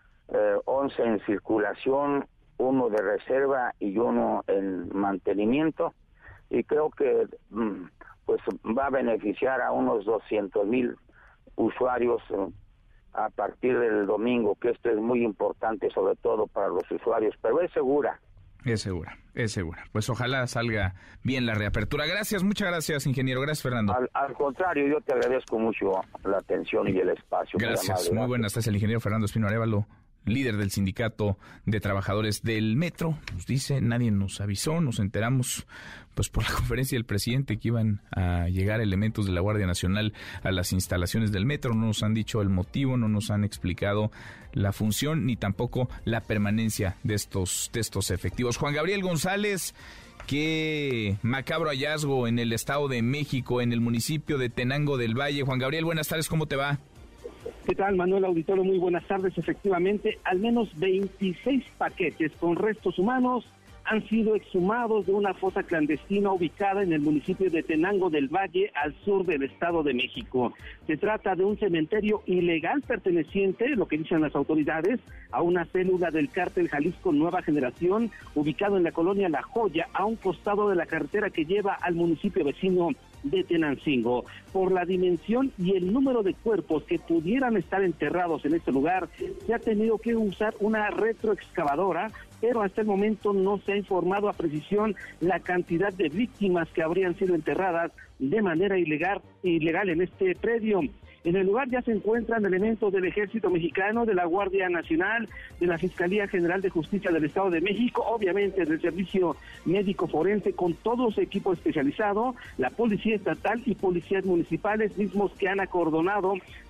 11 en circulación, 1 de reserva y 1 en mantenimiento. Y creo que pues va a beneficiar a unos 200,000 usuarios a partir del domingo, que esto es muy importante, sobre todo para los usuarios, pero es segura. Es segura. Pues ojalá salga bien la reapertura. Muchas gracias, ingeniero. Gracias, Fernando. Al contrario, yo te agradezco mucho la atención y el espacio. Gracias, muy buenas tardes. El ingeniero Fernando Espino Arévalo, líder del Sindicato de Trabajadores del Metro, nos dice, nadie nos avisó, nos enteramos pues por la conferencia del presidente que iban a llegar elementos de la Guardia Nacional a las instalaciones del metro. No nos han dicho el motivo, no nos han explicado la función ni tampoco la permanencia de estos efectivos. Juan Gabriel González, qué macabro hallazgo en el Estado de México, en el municipio de Tenango del Valle. Juan Gabriel, buenas tardes, ¿cómo te va? ¿Qué tal, Manuel Auditorio? Muy buenas tardes. Efectivamente, al menos 26 paquetes con restos humanos han sido exhumados de una fosa clandestina ubicada en el municipio de Tenango del Valle, al sur del Estado de México. Se trata de un cementerio ilegal perteneciente, lo que dicen las autoridades, a una célula del cártel Jalisco Nueva Generación, ubicado en la colonia La Joya, a un costado de la carretera que lleva al municipio vecino de Tenancingo. Por la dimensión y el número de cuerpos que pudieran estar enterrados en este lugar, se ha tenido que usar una retroexcavadora, pero hasta el momento no se ha informado a precisión la cantidad de víctimas que habrían sido enterradas de manera ilegal en este predio. En el lugar ya se encuentran elementos del Ejército Mexicano, de la Guardia Nacional, de la Fiscalía General de Justicia del Estado de México, obviamente del Servicio Médico Forense con todo su equipo especializado, la Policía Estatal y policías municipales, mismos que han acordonado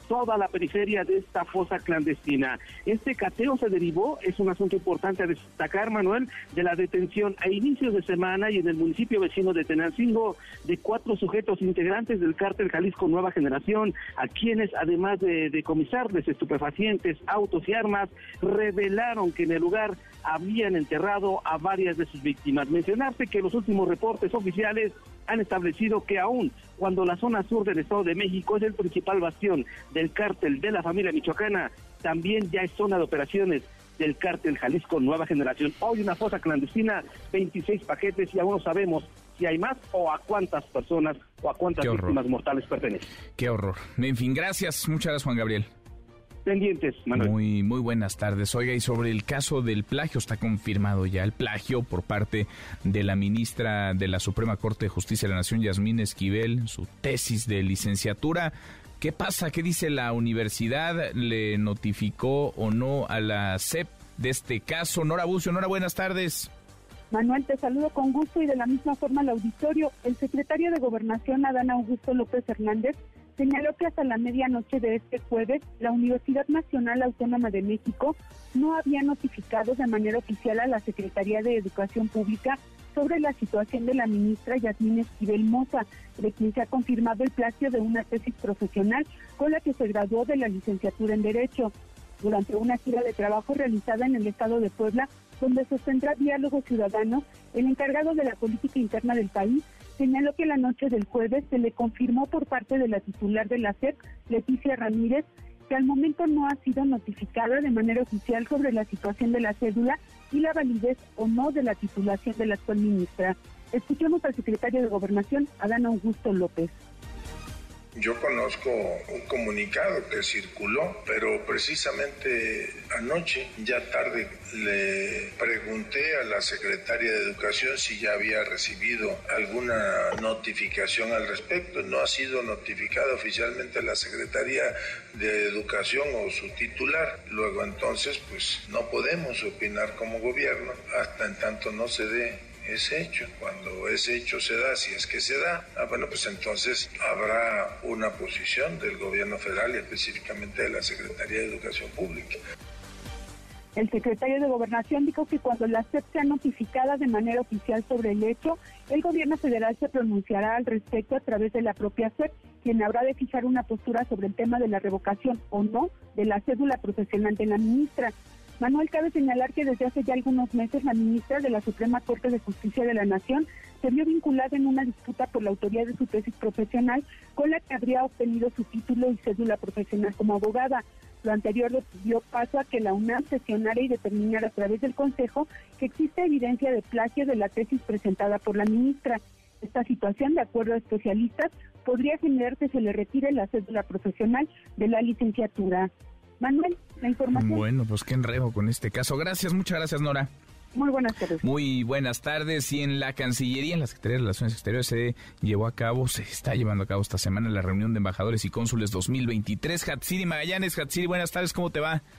toda la periferia de esta fosa clandestina. Este cateo se derivó, es un asunto importante a destacar, Manuel, de la detención a inicios de semana y en el municipio vecino de Tenancingo de 4 sujetos integrantes del cártel Jalisco Nueva Generación, a quienes, además de decomisarles estupefacientes, autos y armas, revelaron que en el lugar habían enterrado a varias de sus víctimas. Mencionarse que los últimos reportes oficiales han establecido que aún cuando la zona sur del Estado de México es el principal bastión del cártel de la familia michoacana, también ya es zona de operaciones del cártel Jalisco Nueva Generación. Hoy una fosa clandestina, 26 paquetes y aún no sabemos si hay más o a cuántas personas o a cuántas víctimas mortales pertenecen. Qué horror. En fin, gracias. Muchas gracias, Juan Gabriel. Pendientes, Manuel. Muy buenas tardes. Oiga, y sobre el caso del plagio, está confirmado ya el plagio por parte de la ministra de la Suprema Corte de Justicia de la Nación, Yasmín Esquivel, su tesis de licenciatura. ¿Qué pasa? ¿Qué dice la universidad? ¿Le notificó o no a la SEP de este caso? Nora Bucio, Nora, buenas tardes. Manuel, te saludo con gusto y de la misma forma al auditorio. El secretario de Gobernación, Adán Augusto López Hernández, señaló que hasta la medianoche de este jueves, la Universidad Nacional Autónoma de México no había notificado de manera oficial a la Secretaría de Educación Pública sobre la situación de la ministra Yasmín Esquivel Moza, de quien se ha confirmado el plagio de una tesis profesional con la que se graduó de la licenciatura en Derecho. Durante una gira de trabajo realizada en el estado de Puebla, donde sostendrá diálogo ciudadano, el encargado de la política interna del país señaló que la noche del jueves se le confirmó por parte de la titular de la SEP, Leticia Ramírez, que al momento no ha sido notificada de manera oficial sobre la situación de la cédula y la validez o no de la titulación de la actual ministra. Escuchemos al secretario de Gobernación, Adán Augusto López. Yo conozco un comunicado que circuló, pero precisamente anoche, ya tarde, le pregunté a la secretaria de Educación si ya había recibido alguna notificación al respecto. No ha sido notificada oficialmente la Secretaría de Educación o su titular. Luego entonces, pues no podemos opinar como gobierno hasta en tanto no se dé ese hecho. Cuando ese hecho se da, si es que se da, bueno, pues entonces habrá una posición del gobierno federal y específicamente de la Secretaría de Educación Pública. El secretario de Gobernación dijo que cuando la SEP sea notificada de manera oficial sobre el hecho, el gobierno federal se pronunciará al respecto a través de la propia SEP, quien habrá de fijar una postura sobre el tema de la revocación o no de la cédula profesional de la ministra. Manuel, cabe señalar que desde hace ya algunos meses la ministra de la Suprema Corte de Justicia de la Nación se vio vinculada en una disputa por la autoría de su tesis profesional con la que habría obtenido su título y cédula profesional como abogada. Lo anterior dio paso a que la UNAM sesionara y determinara a través del Consejo que existe evidencia de plagio de la tesis presentada por la ministra. Esta situación, de acuerdo a especialistas, podría generar que se le retire la cédula profesional de la licenciatura. Manuel, la información. Bueno, pues qué enredo con este caso. Gracias, muchas gracias, Nora. Muy buenas tardes. Muy buenas tardes. Y en la Cancillería, en la Secretaría de Relaciones Exteriores, se está llevando a cabo esta semana la reunión de embajadores y cónsules 2023. Hatsiri Magallanes. Hatsiri, buenas tardes, ¿cómo te va?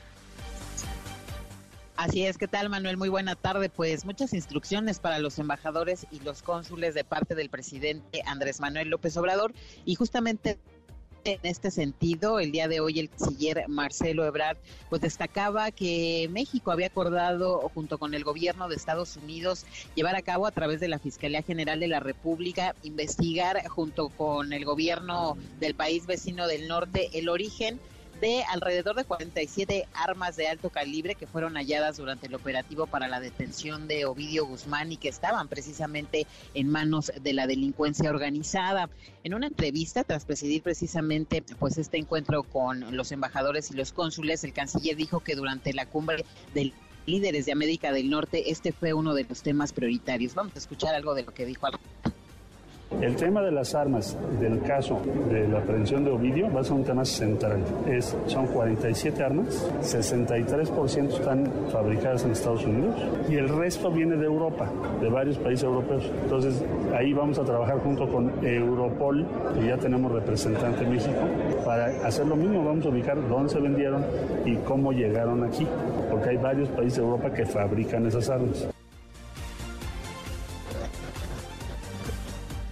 Así es, ¿qué tal, Manuel? Muy buena tarde. Pues muchas instrucciones para los embajadores y los cónsules de parte del presidente Andrés Manuel López Obrador, y justamente en este sentido, el día de hoy el canciller Marcelo Ebrard pues destacaba que México había acordado junto con el gobierno de Estados Unidos llevar a cabo a través de la Fiscalía General de la República investigar junto con el gobierno del país vecino del norte el origen de alrededor de 47 armas de alto calibre que fueron halladas durante el operativo para la detención de Ovidio Guzmán y que estaban precisamente en manos de la delincuencia organizada. En una entrevista, tras presidir precisamente pues este encuentro con los embajadores y los cónsules, el canciller dijo que durante la cumbre de líderes de América del Norte, este fue uno de los temas prioritarios. Vamos a escuchar algo de lo que dijo. El tema de las armas del caso de la aprehensión de Ovidio va a ser un tema central. Son 47 armas, 63% están fabricadas en Estados Unidos y el resto viene de Europa, de varios países europeos. Entonces ahí vamos a trabajar junto con Europol, que ya tenemos representante en México, para hacer lo mismo. Vamos a ubicar dónde se vendieron y cómo llegaron aquí, porque hay varios países de Europa que fabrican esas armas.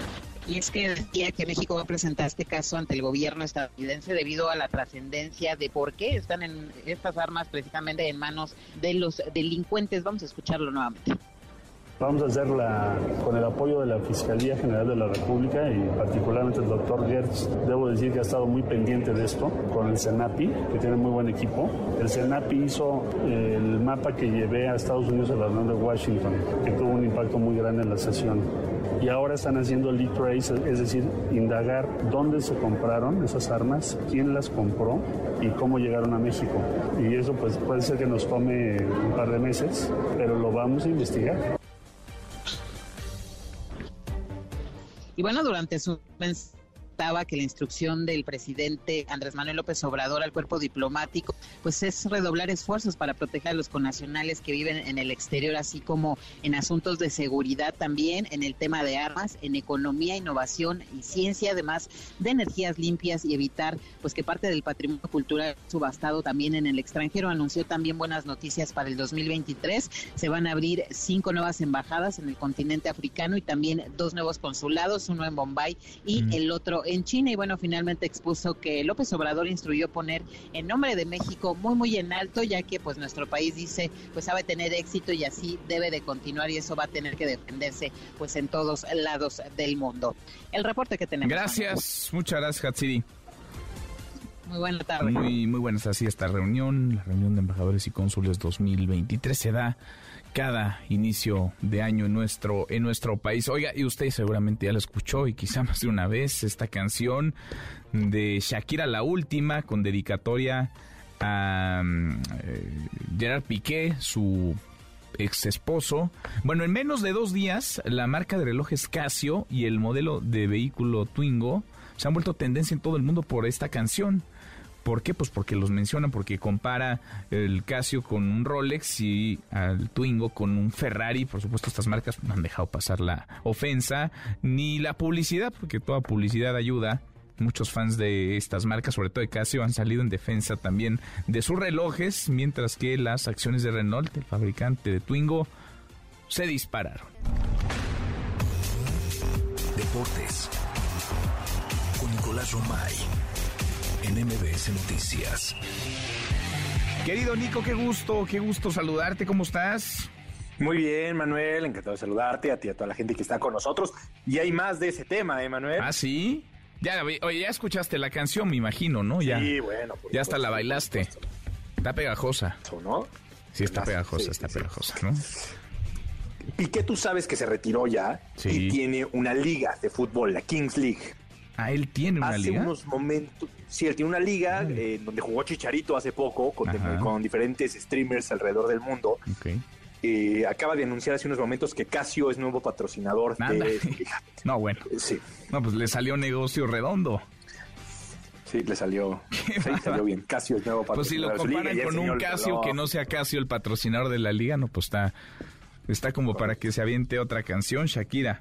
Y es que decía que México va a presentar este caso ante el gobierno estadounidense debido a la trascendencia de por qué están en estas armas precisamente en manos de los delincuentes. Vamos a escucharlo nuevamente. Vamos a hacerla con el apoyo de la Fiscalía General de la República y particularmente el doctor Gertz. Debo decir que ha estado muy pendiente de esto con el CENAPI, que tiene muy buen equipo. El CENAPI hizo el mapa que llevé a Estados Unidos a la reunión de Washington, que tuvo un impacto muy grande en la sesión. Y ahora están haciendo lead trace, es decir, indagar dónde se compraron esas armas, quién las compró y cómo llegaron a México. Y eso pues puede ser que nos tome un par de meses, pero lo vamos a investigar. Y bueno, durante su comentaba que la instrucción del presidente Andrés Manuel López Obrador al cuerpo diplomático pues es redoblar esfuerzos para proteger a los connacionales que viven en el exterior, así como en asuntos de seguridad también, en el tema de armas, en economía, innovación y ciencia, además de energías limpias y evitar pues que parte del patrimonio cultural subastado también en el extranjero. Anunció también buenas noticias para el 2023. Se van a abrir 5 nuevas embajadas en el continente africano y también 2 nuevos consulados, uno en Bombay y el otro en China. Y bueno, finalmente expuso que López Obrador instruyó poner el nombre de México muy en alto, ya que pues nuestro país dice pues sabe tener éxito y así debe de continuar, y eso va a tener que defenderse pues en todos lados del mundo. El reporte que tenemos. Gracias, muchas gracias, Hatsiri. Muy buena tarde. Muy buenas, así esta reunión, la reunión de embajadores y cónsules 2023 se da cada inicio de año en nuestro país. Oiga, y usted seguramente ya la escuchó y quizá más de una vez, esta canción de Shakira, La Última, con dedicatoria a Gerard Piqué, su ex esposo. Bueno, en menos de 2 días, la marca de relojes Casio y el modelo de vehículo Twingo se han vuelto tendencia en todo el mundo por esta canción. ¿Por qué? Pues porque los mencionan, porque compara el Casio con un Rolex y al Twingo con un Ferrari. Por supuesto, estas marcas no han dejado pasar la ofensa ni la publicidad, porque toda publicidad ayuda. Muchos fans de estas marcas, sobre todo de Casio, han salido en defensa también de sus relojes, mientras que las acciones de Renault, el fabricante de Twingo, se dispararon. Deportes con Nicolás Romay en MBS Noticias. Querido Nico, qué gusto saludarte, ¿cómo estás? Muy bien, Manuel, encantado de saludarte, a ti y a toda la gente que está con nosotros. Y hay más de ese tema, Manuel. ¿Ah, sí? Ya escuchaste la canción, me imagino, ¿no? Ya, sí, bueno. Ya hasta la bailaste. Está pegajosa. ¿No? Sí, está pegajosa, pegajosa, ¿no? Piqué, tú sabes que se retiró ya y tiene una liga de fútbol, la Kings League. Ah, ¿él tiene una liga? Hace unos momentos, sí, él tiene una liga donde jugó Chicharito hace poco con diferentes streamers alrededor del mundo. Okay. Acaba de anunciar hace unos momentos que Casio es nuevo patrocinador de su liga. No, bueno. Sí. No, pues le salió negocio redondo. Sí, le salió bien. Casio es nuevo patrocinador. Pues si lo comparan con un Casio que no sea Casio el patrocinador de la liga, no, pues está como para que se aviente otra canción, Shakira.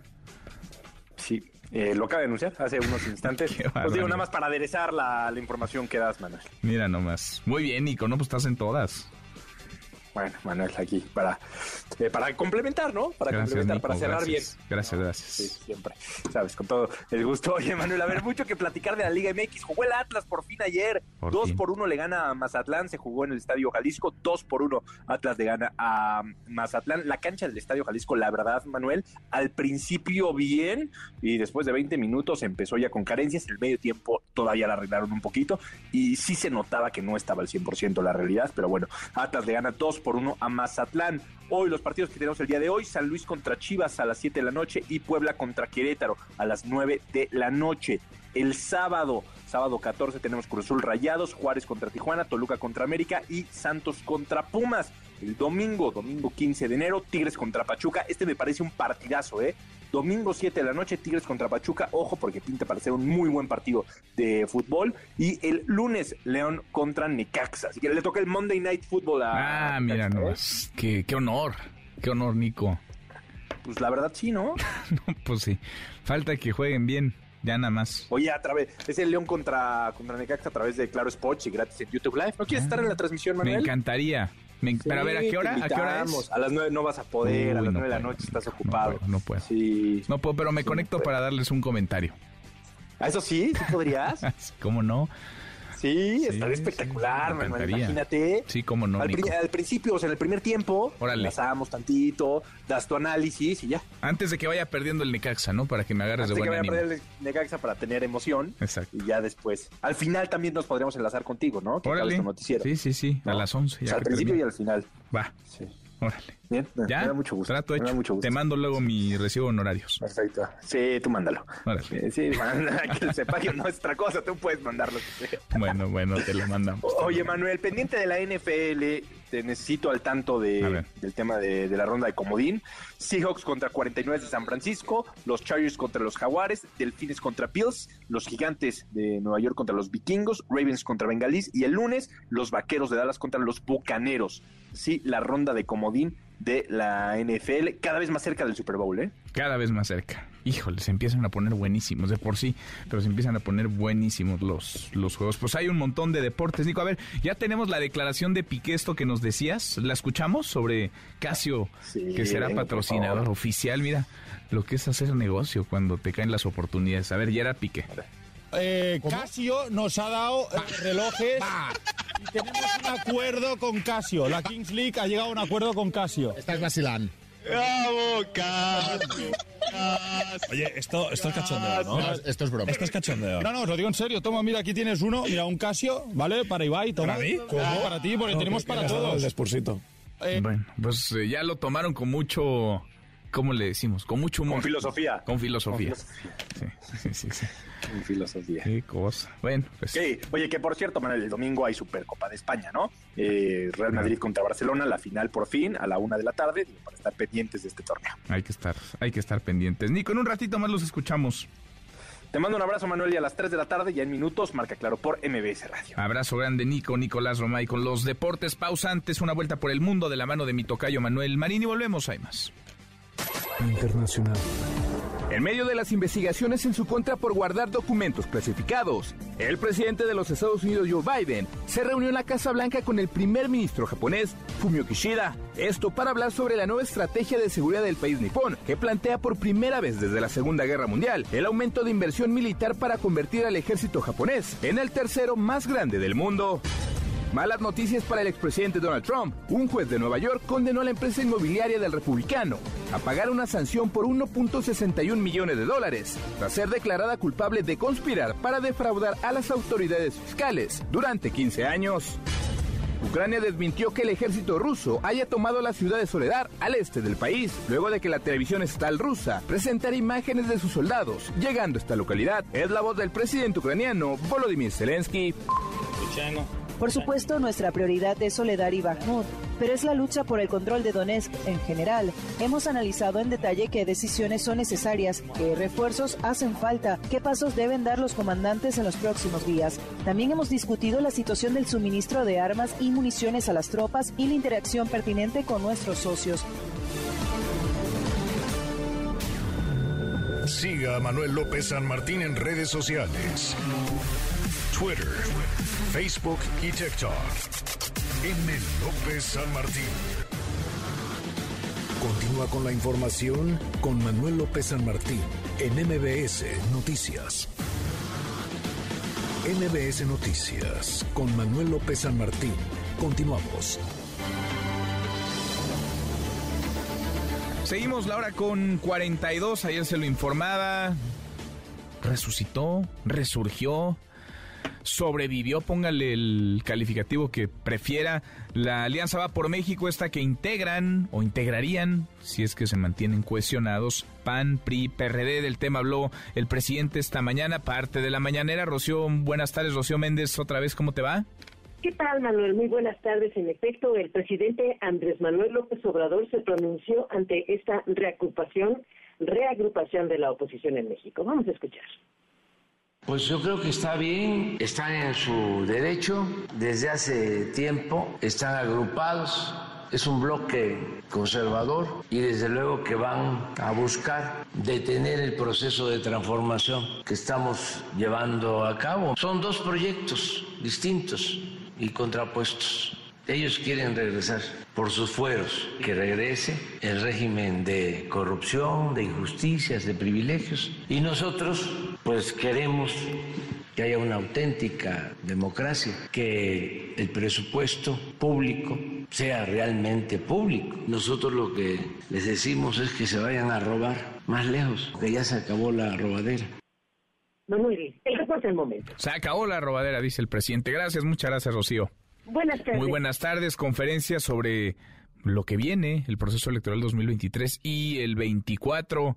Sí. Lo acaba de anunciar hace unos instantes. Pues digo, nada más para aderezar la información que das, Manuel. Mira nomás. Muy bien, Nico, no, pues estás en todas. Bueno, Manuel, aquí para complementar, ¿no? Gracias, Nico, para cerrar bien. Gracias. Sí, siempre, sabes, con todo el gusto. Oye, Manuel, a ver, mucho que platicar de la Liga MX. Jugó el Atlas por fin ayer. 2-1 le gana a Mazatlán. Se jugó en el Estadio Jalisco. 2-1 Atlas le gana a Mazatlán. La cancha del Estadio Jalisco, la verdad, Manuel, al principio bien, y después de 20 minutos empezó ya con carencias. El medio tiempo todavía la arreglaron un poquito y sí se notaba que no estaba al 100% la realidad, pero bueno, Atlas le gana 2-1 a Mazatlán. Hoy los partidos que tenemos el día de hoy: San Luis contra Chivas a las 7 de la noche y Puebla contra Querétaro a las 9 de la noche. El sábado 14 tenemos Cruz Azul Rayados, Juárez contra Tijuana, Toluca contra América y Santos contra Pumas. El domingo 15 de enero, Tigres contra Pachuca. Este me parece un partidazo, Domingo 7 de la noche, Tigres contra Pachuca. Ojo, porque pinta para ser un muy buen partido de fútbol. Y el lunes, León contra Necaxa. Así que le toca el Monday Night Football a mira, Necaxa, no, qué honor. Qué honor, Nico. Pues la verdad sí, ¿no? No, pues sí. Falta que jueguen bien. Ya nada más. Oye, es el León contra Necaxa a través de Claro Sports y gratis en YouTube Live. ¿No quieres estar en la transmisión, Manuel? Me encantaría. Pero a ver, ¿a qué hora es? A las 9 no vas a poder, a las 9 de la noche estás ocupado. No puedo. Sí. No puedo, pero me conecto para darles un comentario. ¿A eso sí? ¿Sí podrías? ¿Cómo no? Sí, estaría espectacular, Manuel, imagínate. Sí, cómo no, al principio, o sea, en el primer tiempo, pasamos tantito, das tu análisis y ya. Antes de que vaya perdiendo el Necaxa, ¿no? Para que me agarres de buen ánimo. Antes de que vaya perdiendo el Necaxa para tener emoción. Exacto. Y ya después. Al final también nos podríamos enlazar contigo, ¿no? Órale. Noticiero. Sí, ¿no? A las 11. Ya al principio y al final. Va. Sí. Órale. Bien, ¿Ya? Me da mucho gusto. Trato hecho. Mucho gusto. Te mando luego mi recibo honorarios. Perfecto. Sí, tú mándalo. Órale. Sí, manda, que el cepillo no es otra cosa, tú puedes mandarlo. Bueno, te lo mandamos. Oye, Manuel, pendiente de la NFL, te necesito al tanto del tema de la ronda de comodín. Seahawks contra 49 de San Francisco, los Chargers contra los Jaguares, Delfines contra Bills, los Gigantes de Nueva York contra los Vikingos, Ravens contra Bengalís y el lunes los Vaqueros de Dallas contra los Bucaneros. Sí, la ronda de comodín de la NFL, cada vez más cerca del Super Bowl, ¿eh? Cada vez más cerca. Híjole, se empiezan a poner buenísimos de por sí, pero se empiezan a poner buenísimos los juegos. Pues hay un montón de deportes, Nico. A ver, ya tenemos la declaración de Piqué, esto que nos decías. ¿La escuchamos? Sobre Casio, que será patrocinador oficial. Mira, lo que es hacer negocio cuando te caen las oportunidades. A ver, ya era Piqué. Casio nos ha dado relojes y tenemos un acuerdo con Casio. La Kings League ha llegado a un acuerdo con Casio. Estás vacilando. ¡Bravo, Casio! Oye, esto es cachondeo, ¿no? Esto es broma. Esto es cachondeo. No, os lo digo en serio. Toma, mira, aquí tienes uno. Mira, un Casio, ¿vale? Para Ibai, toma. ¿Para mí? ¿Cómo? Para ti, porque tenemos para todos. El despursito. Bueno, pues ya lo tomaron con mucho... ¿Cómo le decimos? Con mucho humor. Con filosofía. Con filosofía. Sí. Con filosofía. Qué cosa. Bueno, pues... Sí. Oye, que por cierto, Manuel, el domingo hay Supercopa de España, ¿no? Real Madrid contra Barcelona, la final por fin, a la 1 de la tarde, para estar pendientes de este torneo. Hay que estar pendientes. Nico, en un ratito más los escuchamos. Te mando un abrazo, Manuel, y a las 3 de la tarde, ya en minutos, marca claro por MBS Radio. Abrazo grande, Nicolás Romay, con los deportes pausantes, una vuelta por el mundo de la mano de mi tocayo Manuel Marín, y volvemos, hay más. Internacional. En medio de las investigaciones en su contra por guardar documentos clasificados, el presidente de los Estados Unidos, Joe Biden, se reunió en la Casa Blanca con el primer ministro japonés, Fumio Kishida. Esto para hablar sobre la nueva estrategia de seguridad del país nipón, que plantea por primera vez desde la Segunda Guerra Mundial el aumento de inversión militar para convertir al ejército japonés en el tercero más grande del mundo. Malas noticias para el expresidente Donald Trump. Un juez de Nueva York condenó a la empresa inmobiliaria del republicano a pagar una sanción por $1.61 millones tras ser declarada culpable de conspirar para defraudar a las autoridades fiscales durante 15 años. Ucrania desmintió que el ejército ruso haya tomado la ciudad de Soledar al este del país, luego de que la televisión estatal rusa presentara imágenes de sus soldados llegando a esta localidad. Es la voz del presidente ucraniano Volodymyr Zelensky. Por supuesto, nuestra prioridad es Soledar y Bakhmut, pero es la lucha por el control de Donetsk en general. Hemos analizado en detalle qué decisiones son necesarias, qué refuerzos hacen falta, qué pasos deben dar los comandantes en los próximos días. También hemos discutido la situación del suministro de armas y municiones a las tropas y la interacción pertinente con nuestros socios. Siga a Manuel López San Martín en redes sociales. Twitter, Facebook y TikTok. M. López San Martín. Continúa con la información con Manuel López San Martín en MBS Noticias. MBS Noticias con Manuel López San Martín. Continuamos. Seguimos la hora con 42. Ayer se lo informaba. Resucitó, resurgió. Sobrevivió, póngale el calificativo que prefiera. La Alianza Va por México, esta que integran o integrarían, si es que se mantienen cohesionados, PAN, PRI, PRD. Del tema habló el presidente esta mañana, parte de la mañanera. Rocío, buenas tardes. Rocío Méndez, otra vez, ¿cómo te va? ¿Qué tal, Manuel? Muy buenas tardes. En efecto, el presidente Andrés Manuel López Obrador se pronunció ante esta reagrupación de la oposición en México. Vamos a escuchar. Pues yo creo que está bien, están en su derecho, desde hace tiempo están agrupados, es un bloque conservador y desde luego que van a buscar detener el proceso de transformación que estamos llevando a cabo. Son dos proyectos distintos y contrapuestos. Ellos quieren regresar por sus fueros, que regrese el régimen de corrupción, de injusticias, de privilegios. Y nosotros, pues queremos que haya una auténtica democracia, que el presupuesto público sea realmente público. Nosotros lo que les decimos es que se vayan a robar más lejos, que ya se acabó la robadera. Manuel, el reporte del momento. Se acabó la robadera, dice el presidente. Gracias, muchas gracias, Rocío. Buenas tardes. Muy buenas tardes. Conferencia sobre lo que viene, el proceso electoral 2023 y el 24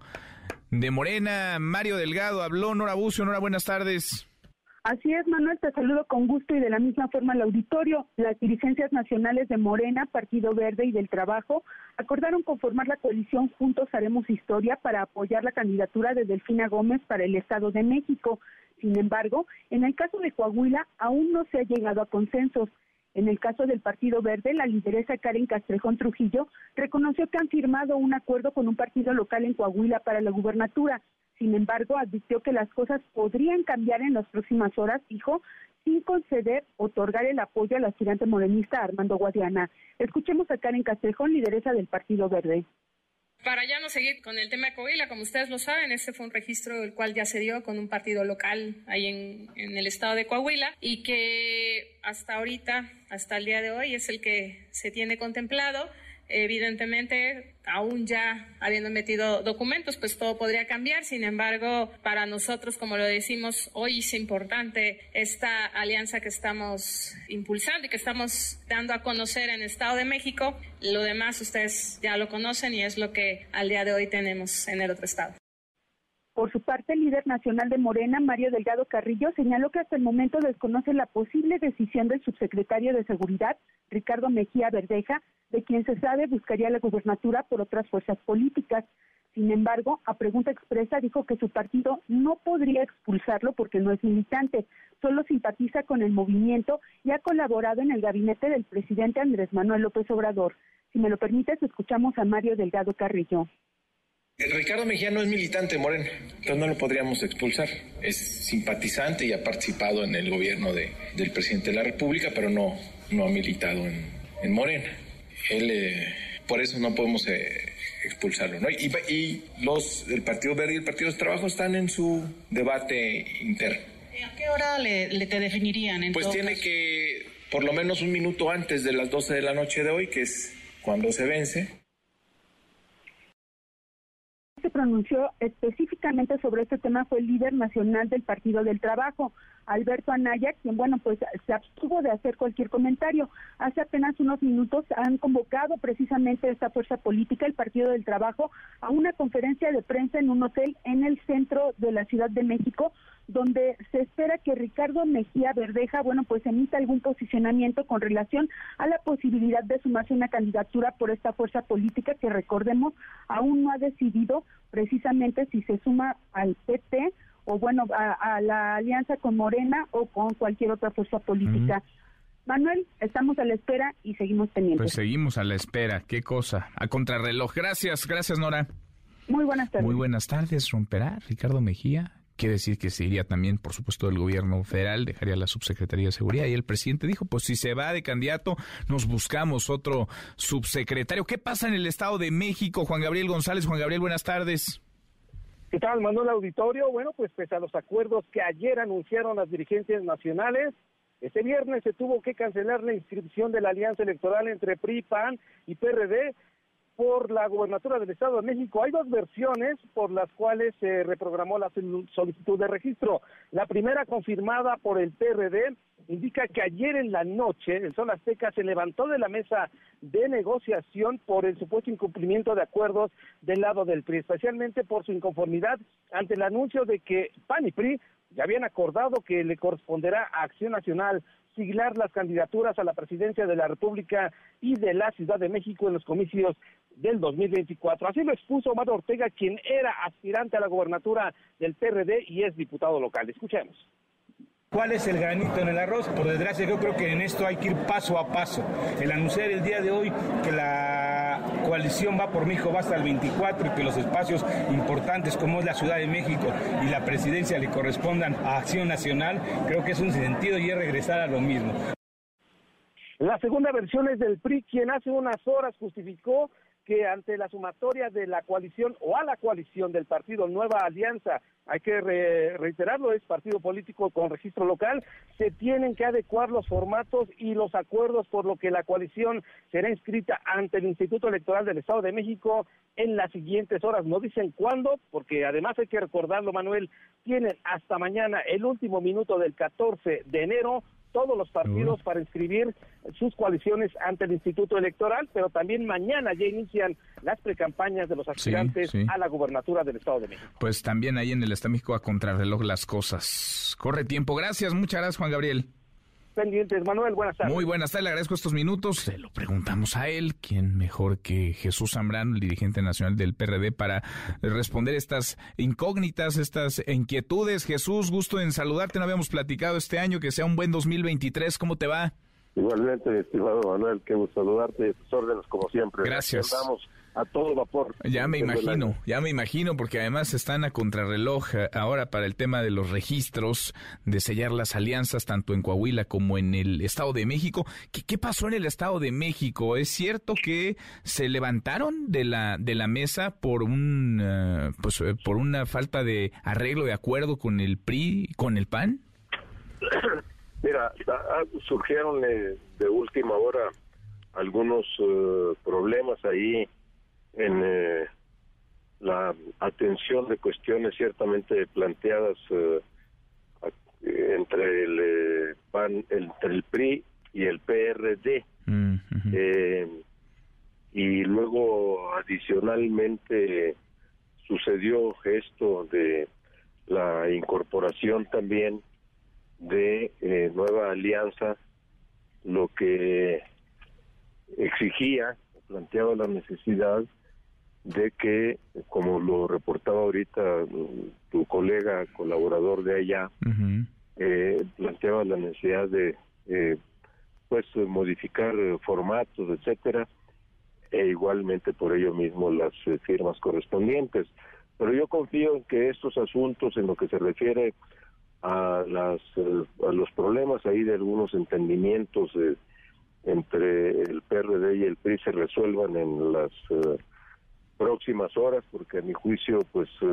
de Morena. Mario Delgado habló. Nora Bucio. Nora, buenas tardes. Así es, Manuel, te saludo con gusto y de la misma forma al auditorio. Las dirigencias nacionales de Morena, Partido Verde y del Trabajo acordaron conformar la coalición Juntos Haremos Historia para apoyar la candidatura de Delfina Gómez para el Estado de México. Sin embargo, en el caso de Coahuila aún no se ha llegado a consensos. En el caso del Partido Verde, la lideresa Karen Castrejón Trujillo reconoció que han firmado un acuerdo con un partido local en Coahuila para la gubernatura. Sin embargo, advirtió que las cosas podrían cambiar en las próximas horas, dijo, sin conceder, otorgar el apoyo al aspirante morenista Armando Guadiana. Escuchemos a Karen Castrejón, lideresa del Partido Verde. Para ya no seguir con el tema de Coahuila, como ustedes lo saben, este fue un registro el cual ya se dio con un partido local ahí en el estado de Coahuila y que hasta ahorita, hasta el día de hoy, es el que se tiene contemplado. Evidentemente, aún ya habiendo metido documentos, pues todo podría cambiar. Sin embargo, para nosotros, como lo decimos, hoy es importante esta alianza que estamos impulsando y que estamos dando a conocer en el Estado de México. Lo demás ustedes ya lo conocen y es lo que al día de hoy tenemos en el otro estado. Por su parte, el líder nacional de Morena, Mario Delgado Carrillo, señaló que hasta el momento desconoce la posible decisión del subsecretario de Seguridad, Ricardo Mejía Verdeja, de quien se sabe buscaría la gubernatura por otras fuerzas políticas. Sin embargo, a pregunta expresa dijo que su partido no podría expulsarlo porque no es militante, solo simpatiza con el movimiento y ha colaborado en el gabinete del presidente Andrés Manuel López Obrador. Si me lo permites, escuchamos a Mario Delgado Carrillo. Ricardo Mejía no es militante de Morena, entonces no lo podríamos expulsar. Es simpatizante y ha participado en el gobierno del presidente de la República, pero no ha militado en Morena. Por eso no podemos expulsarlo, ¿no? Y el Partido Verde y el Partido del Trabajo están en su debate interno. ¿A qué hora te definirían? Pues tiene que, por lo menos un minuto antes de las 12 de la noche de hoy, que es cuando se vence. Se pronunció específicamente sobre este tema fue el líder nacional del Partido del Trabajo, Alberto Anaya, quien, pues se abstuvo de hacer cualquier comentario. Hace apenas unos minutos han convocado precisamente esta fuerza política, el Partido del Trabajo, a una conferencia de prensa en un hotel en el centro de la Ciudad de México, donde se espera que Ricardo Mejía Verdeja, pues emita algún posicionamiento con relación a la posibilidad de sumarse a una candidatura por esta fuerza política que, recordemos, aún no ha decidido precisamente si se suma al PT o a la alianza con Morena o con cualquier otra fuerza política. Manuel, estamos a la espera y seguimos pendientes. Pues seguimos a la espera, qué cosa, a contrarreloj. Gracias Nora. Muy buenas tardes. Muy buenas tardes. ¿Romperá Ricardo Mejía? Quiere decir que se iría también, por supuesto, del gobierno federal, dejaría la subsecretaría de Seguridad. Y el presidente dijo, pues si se va de candidato, nos buscamos otro subsecretario. ¿Qué pasa en el Estado de México? Juan Gabriel González. Juan Gabriel, buenas tardes. ¿Qué tal, Manuel Auditorio? Pues pese a los acuerdos que ayer anunciaron las dirigencias nacionales, este viernes se tuvo que cancelar la inscripción de la alianza electoral entre PRI, PAN y PRD por la gubernatura del Estado de México. Hay dos versiones por las cuales se reprogramó la solicitud de registro. La primera, confirmada por el PRD, indica que ayer en la noche el Sol Azteca se levantó de la mesa de negociación por el supuesto incumplimiento de acuerdos del lado del PRI, especialmente por su inconformidad ante el anuncio de que PAN y PRI ya habían acordado que le corresponderá a Acción Nacional siglar las candidaturas a la presidencia de la República y de la Ciudad de México en los comicios del 2024. Así lo expuso Omar Ortega, quien era aspirante a la gobernatura del PRD y es diputado local. Escuchemos. ¿Cuál es el granito en el arroz? Por desgracia, yo creo que en esto hay que ir paso a paso. El anunciar el día de hoy que la coalición Va por México va hasta el 24 y que los espacios importantes como es la Ciudad de México y la presidencia le correspondan a Acción Nacional, creo que es un sentido y es regresar a lo mismo. La segunda versión es del PRI, quien hace unas horas justificó que ante la sumatoria de la coalición o a la coalición del partido Nueva Alianza, hay que reiterarlo, es partido político con registro local, se tienen que adecuar los formatos y los acuerdos, por lo que la coalición será inscrita ante el Instituto Electoral del Estado de México en las siguientes horas. No dicen cuándo, porque además hay que recordarlo, Manuel, tienen hasta mañana el último minuto del 14 de enero todos los partidos para inscribir sus coaliciones ante el Instituto Electoral, pero también mañana ya inician las precampañas de los aspirantes a la gubernatura del Estado de México. Pues también ahí en el Estado de México a contrarreloj las cosas. Corre tiempo. Gracias, muchas gracias, Juan Gabriel. Pendientes, Manuel, buenas tardes. Muy buenas tardes, le agradezco estos minutos. Se lo preguntamos a él, ¿quién mejor que Jesús Zambrano, el dirigente nacional del PRD, para responder estas incógnitas, estas inquietudes? Jesús, gusto en saludarte, no habíamos platicado este año, que sea un buen 2023, ¿cómo te va? Igualmente, mi estimado Manuel, qué gusto saludarte, tus órdenes como siempre. Gracias. Vamos a todo vapor. Ya me imagino, porque además están a contrarreloj ahora para el tema de los registros, de sellar las alianzas tanto en Coahuila como en el Estado de México. ¿Qué pasó en el Estado de México? ¿Es cierto que se levantaron de la mesa por por una falta de arreglo, de acuerdo con el PRI, con el PAN? Mira, surgieron de última hora algunos problemas ahí en la atención de cuestiones ciertamente planteadas entre el PAN, entre el PRI y el PRD. Y luego adicionalmente sucedió esto de la incorporación también de Nueva Alianza, lo que exigía, planteaba la necesidad de que, como lo reportaba ahorita tu colega colaborador de allá, planteaba la necesidad de modificar formatos, etcétera, e igualmente por ello mismo las firmas correspondientes. Pero yo confío en que estos asuntos, en lo que se refiere a los problemas ahí de algunos entendimientos entre el PRD y el PRI, se resuelvan en las próximas horas, porque a mi juicio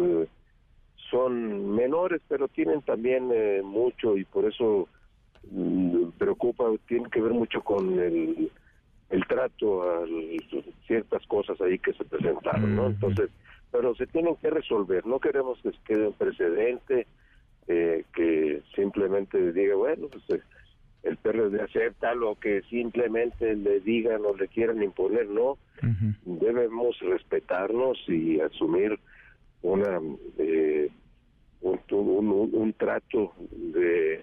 son menores, pero tienen también mucho, y por eso preocupa, tiene que ver mucho con el trato a ciertas cosas ahí que se presentaron, ¿no? Entonces, pero se tienen que resolver, no queremos que se quede un precedente, que simplemente diga, bueno, pues el PRD acepta lo que simplemente le digan o le quieran imponer, no. Debemos respetarnos y asumir un trato de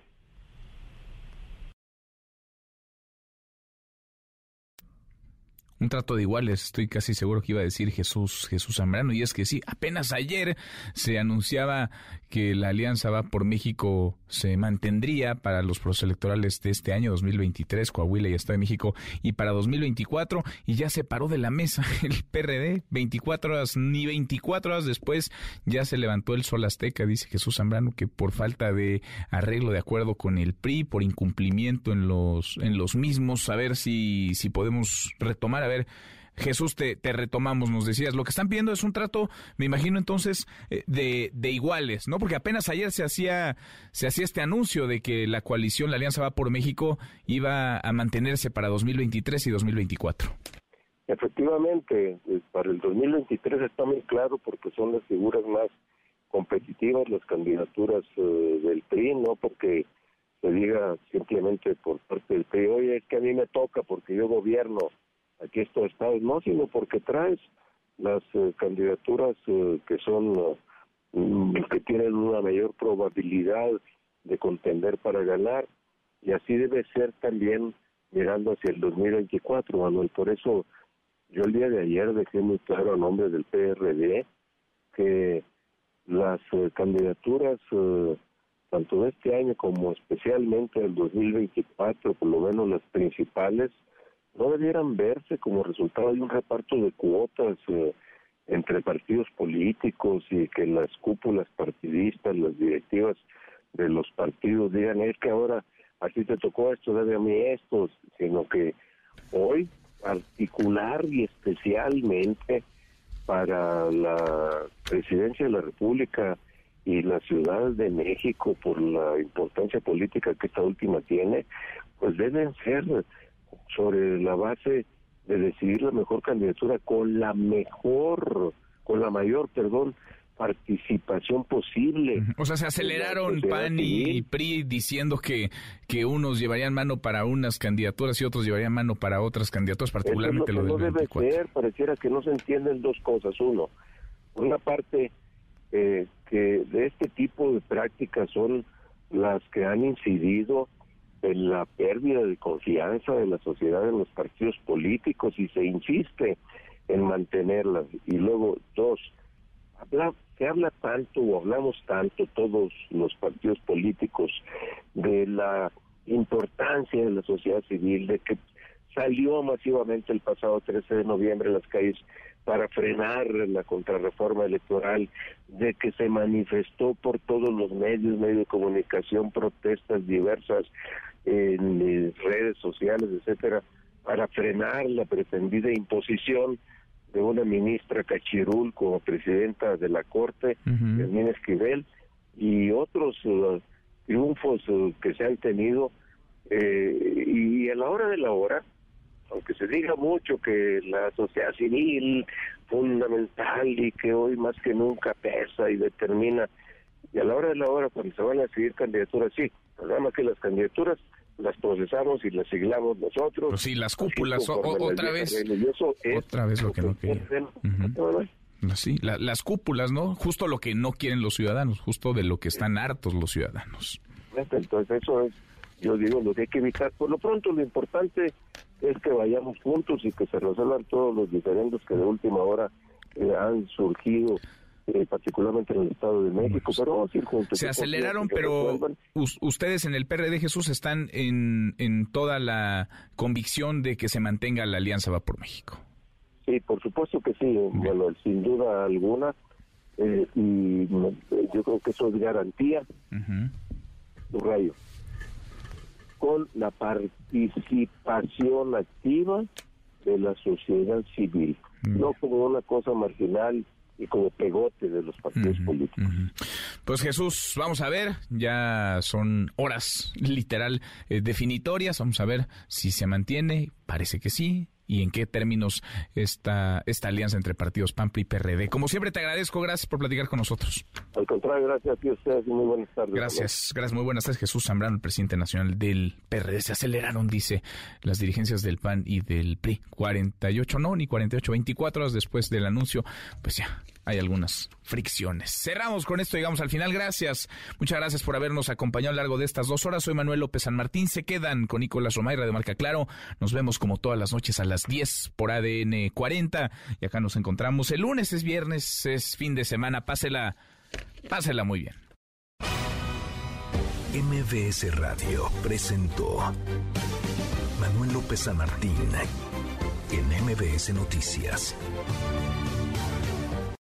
un trato de iguales, estoy casi seguro que iba a decir Jesús Zambrano, y es que sí, apenas ayer se anunciaba que la Alianza Va por México se mantendría para los procesos electorales de este año 2023, Coahuila y Estado de México, y para 2024, y ya se paró de la mesa el PRD, 24 horas después ya se levantó el sol azteca, dice Jesús Zambrano, que por falta de arreglo de acuerdo con el PRI, por incumplimiento en los mismos, a ver si podemos retomar. A ver, Jesús, te retomamos, nos decías, lo que están pidiendo es un trato, me imagino entonces, de iguales, ¿no? Porque apenas ayer se hacía este anuncio de que la coalición, la Alianza Va por México, iba a mantenerse para 2023 y 2024. Efectivamente, para el 2023 está muy claro, porque son las figuras más competitivas, las candidaturas del PRI, no porque se diga simplemente por parte del PRI, oye, es que a mí me toca porque yo gobierno aquí estos estados, no, sino porque traes las candidaturas que son que tienen una mayor probabilidad de contender para ganar, y así debe ser también mirando hacia el 2024, Manuel. Por eso yo el día de ayer dejé muy claro a nombre del PRD que las candidaturas tanto de este año como especialmente del 2024, por lo menos las principales, no debieran verse como resultado de un reparto de cuotas entre partidos políticos, y que las cúpulas partidistas, las directivas de los partidos digan, es que ahora a ti te tocó esto, debe a mí esto, sino que hoy, particular y especialmente para la Presidencia de la República y la Ciudad de México, por la importancia política que esta última tiene, pues deben ser sobre la base de decidir la mejor candidatura con la mayor participación posible. O sea, se aceleraron PAN y PRI diciendo que unos llevarían mano para unas candidaturas y otros llevarían mano para otras candidaturas, particularmente lo del 24. Debe ser, pareciera que no se entienden dos cosas. Uno, por una parte, que de este tipo de prácticas son las que han incidido en la pérdida de confianza de la sociedad en los partidos políticos y se insiste en mantenerlas. Y luego, dos, se habla tanto o hablamos tanto todos los partidos políticos de la importancia de la sociedad civil, de que salió masivamente el pasado 13 de noviembre en las calles para frenar la contrarreforma electoral, de que se manifestó por todos los medios de comunicación, protestas diversas en las redes sociales, etcétera, para frenar la pretendida imposición de una ministra Cachirul como presidenta de la Corte, Yasmín Esquivel, y otros triunfos que se han tenido, y a la hora de la hora, aunque se diga mucho que la sociedad civil fundamental y que hoy más que nunca pesa y determina, y a la hora de la hora, cuando se van a decidir candidaturas, sí, nada más que las candidaturas las procesamos y las siglamos nosotros. Pues sí, las cúpulas, otra vez lo que no querían. Sí, las cúpulas, ¿no? Justo lo que no quieren los ciudadanos, justo de lo que están hartos los ciudadanos. Entonces eso es, yo digo, lo que hay que evitar. Por lo pronto, lo importante es que vayamos juntos y que se resuelvan todos los diferendos que de última hora han surgido, particularmente en el Estado de México, pero vamos a ir juntos. Se aceleraron, pero ustedes en el PRD, Jesús, están en toda la convicción de que se mantenga la Alianza Va por México. Sí, por supuesto que sí, Manuel, sin duda alguna, y yo creo que eso es garantía, subrayo, con la participación activa de la sociedad civil, no como una cosa marginal y como pegote de los partidos políticos. Pues Jesús, vamos a ver, ya son horas literal definitorias, vamos a ver si se mantiene, parece que sí, y en qué términos esta alianza entre partidos PAN, PRI y PRD. Como siempre te agradezco, gracias por platicar con nosotros. Al contrario, gracias a ti, ustedes, y muy buenas tardes. Gracias, muy buenas tardes. Jesús Zambrano, el presidente nacional del PRD. Se aceleraron, dice, las dirigencias del PAN y del PRI. 24 horas después del anuncio, pues ya hay algunas fricciones. Cerramos con esto, llegamos al final. Gracias, muchas gracias por habernos acompañado a lo largo de estas 2 horas. Soy Manuel López San Martín. Se quedan con Nicolás Romay, Radio Marca Claro. Nos vemos como todas las noches a las 10 por ADN 40. Y acá nos encontramos. El lunes es viernes, es fin de semana. Pásela muy bien. MBS Radio presentó Manuel López San Martín en MBS Noticias.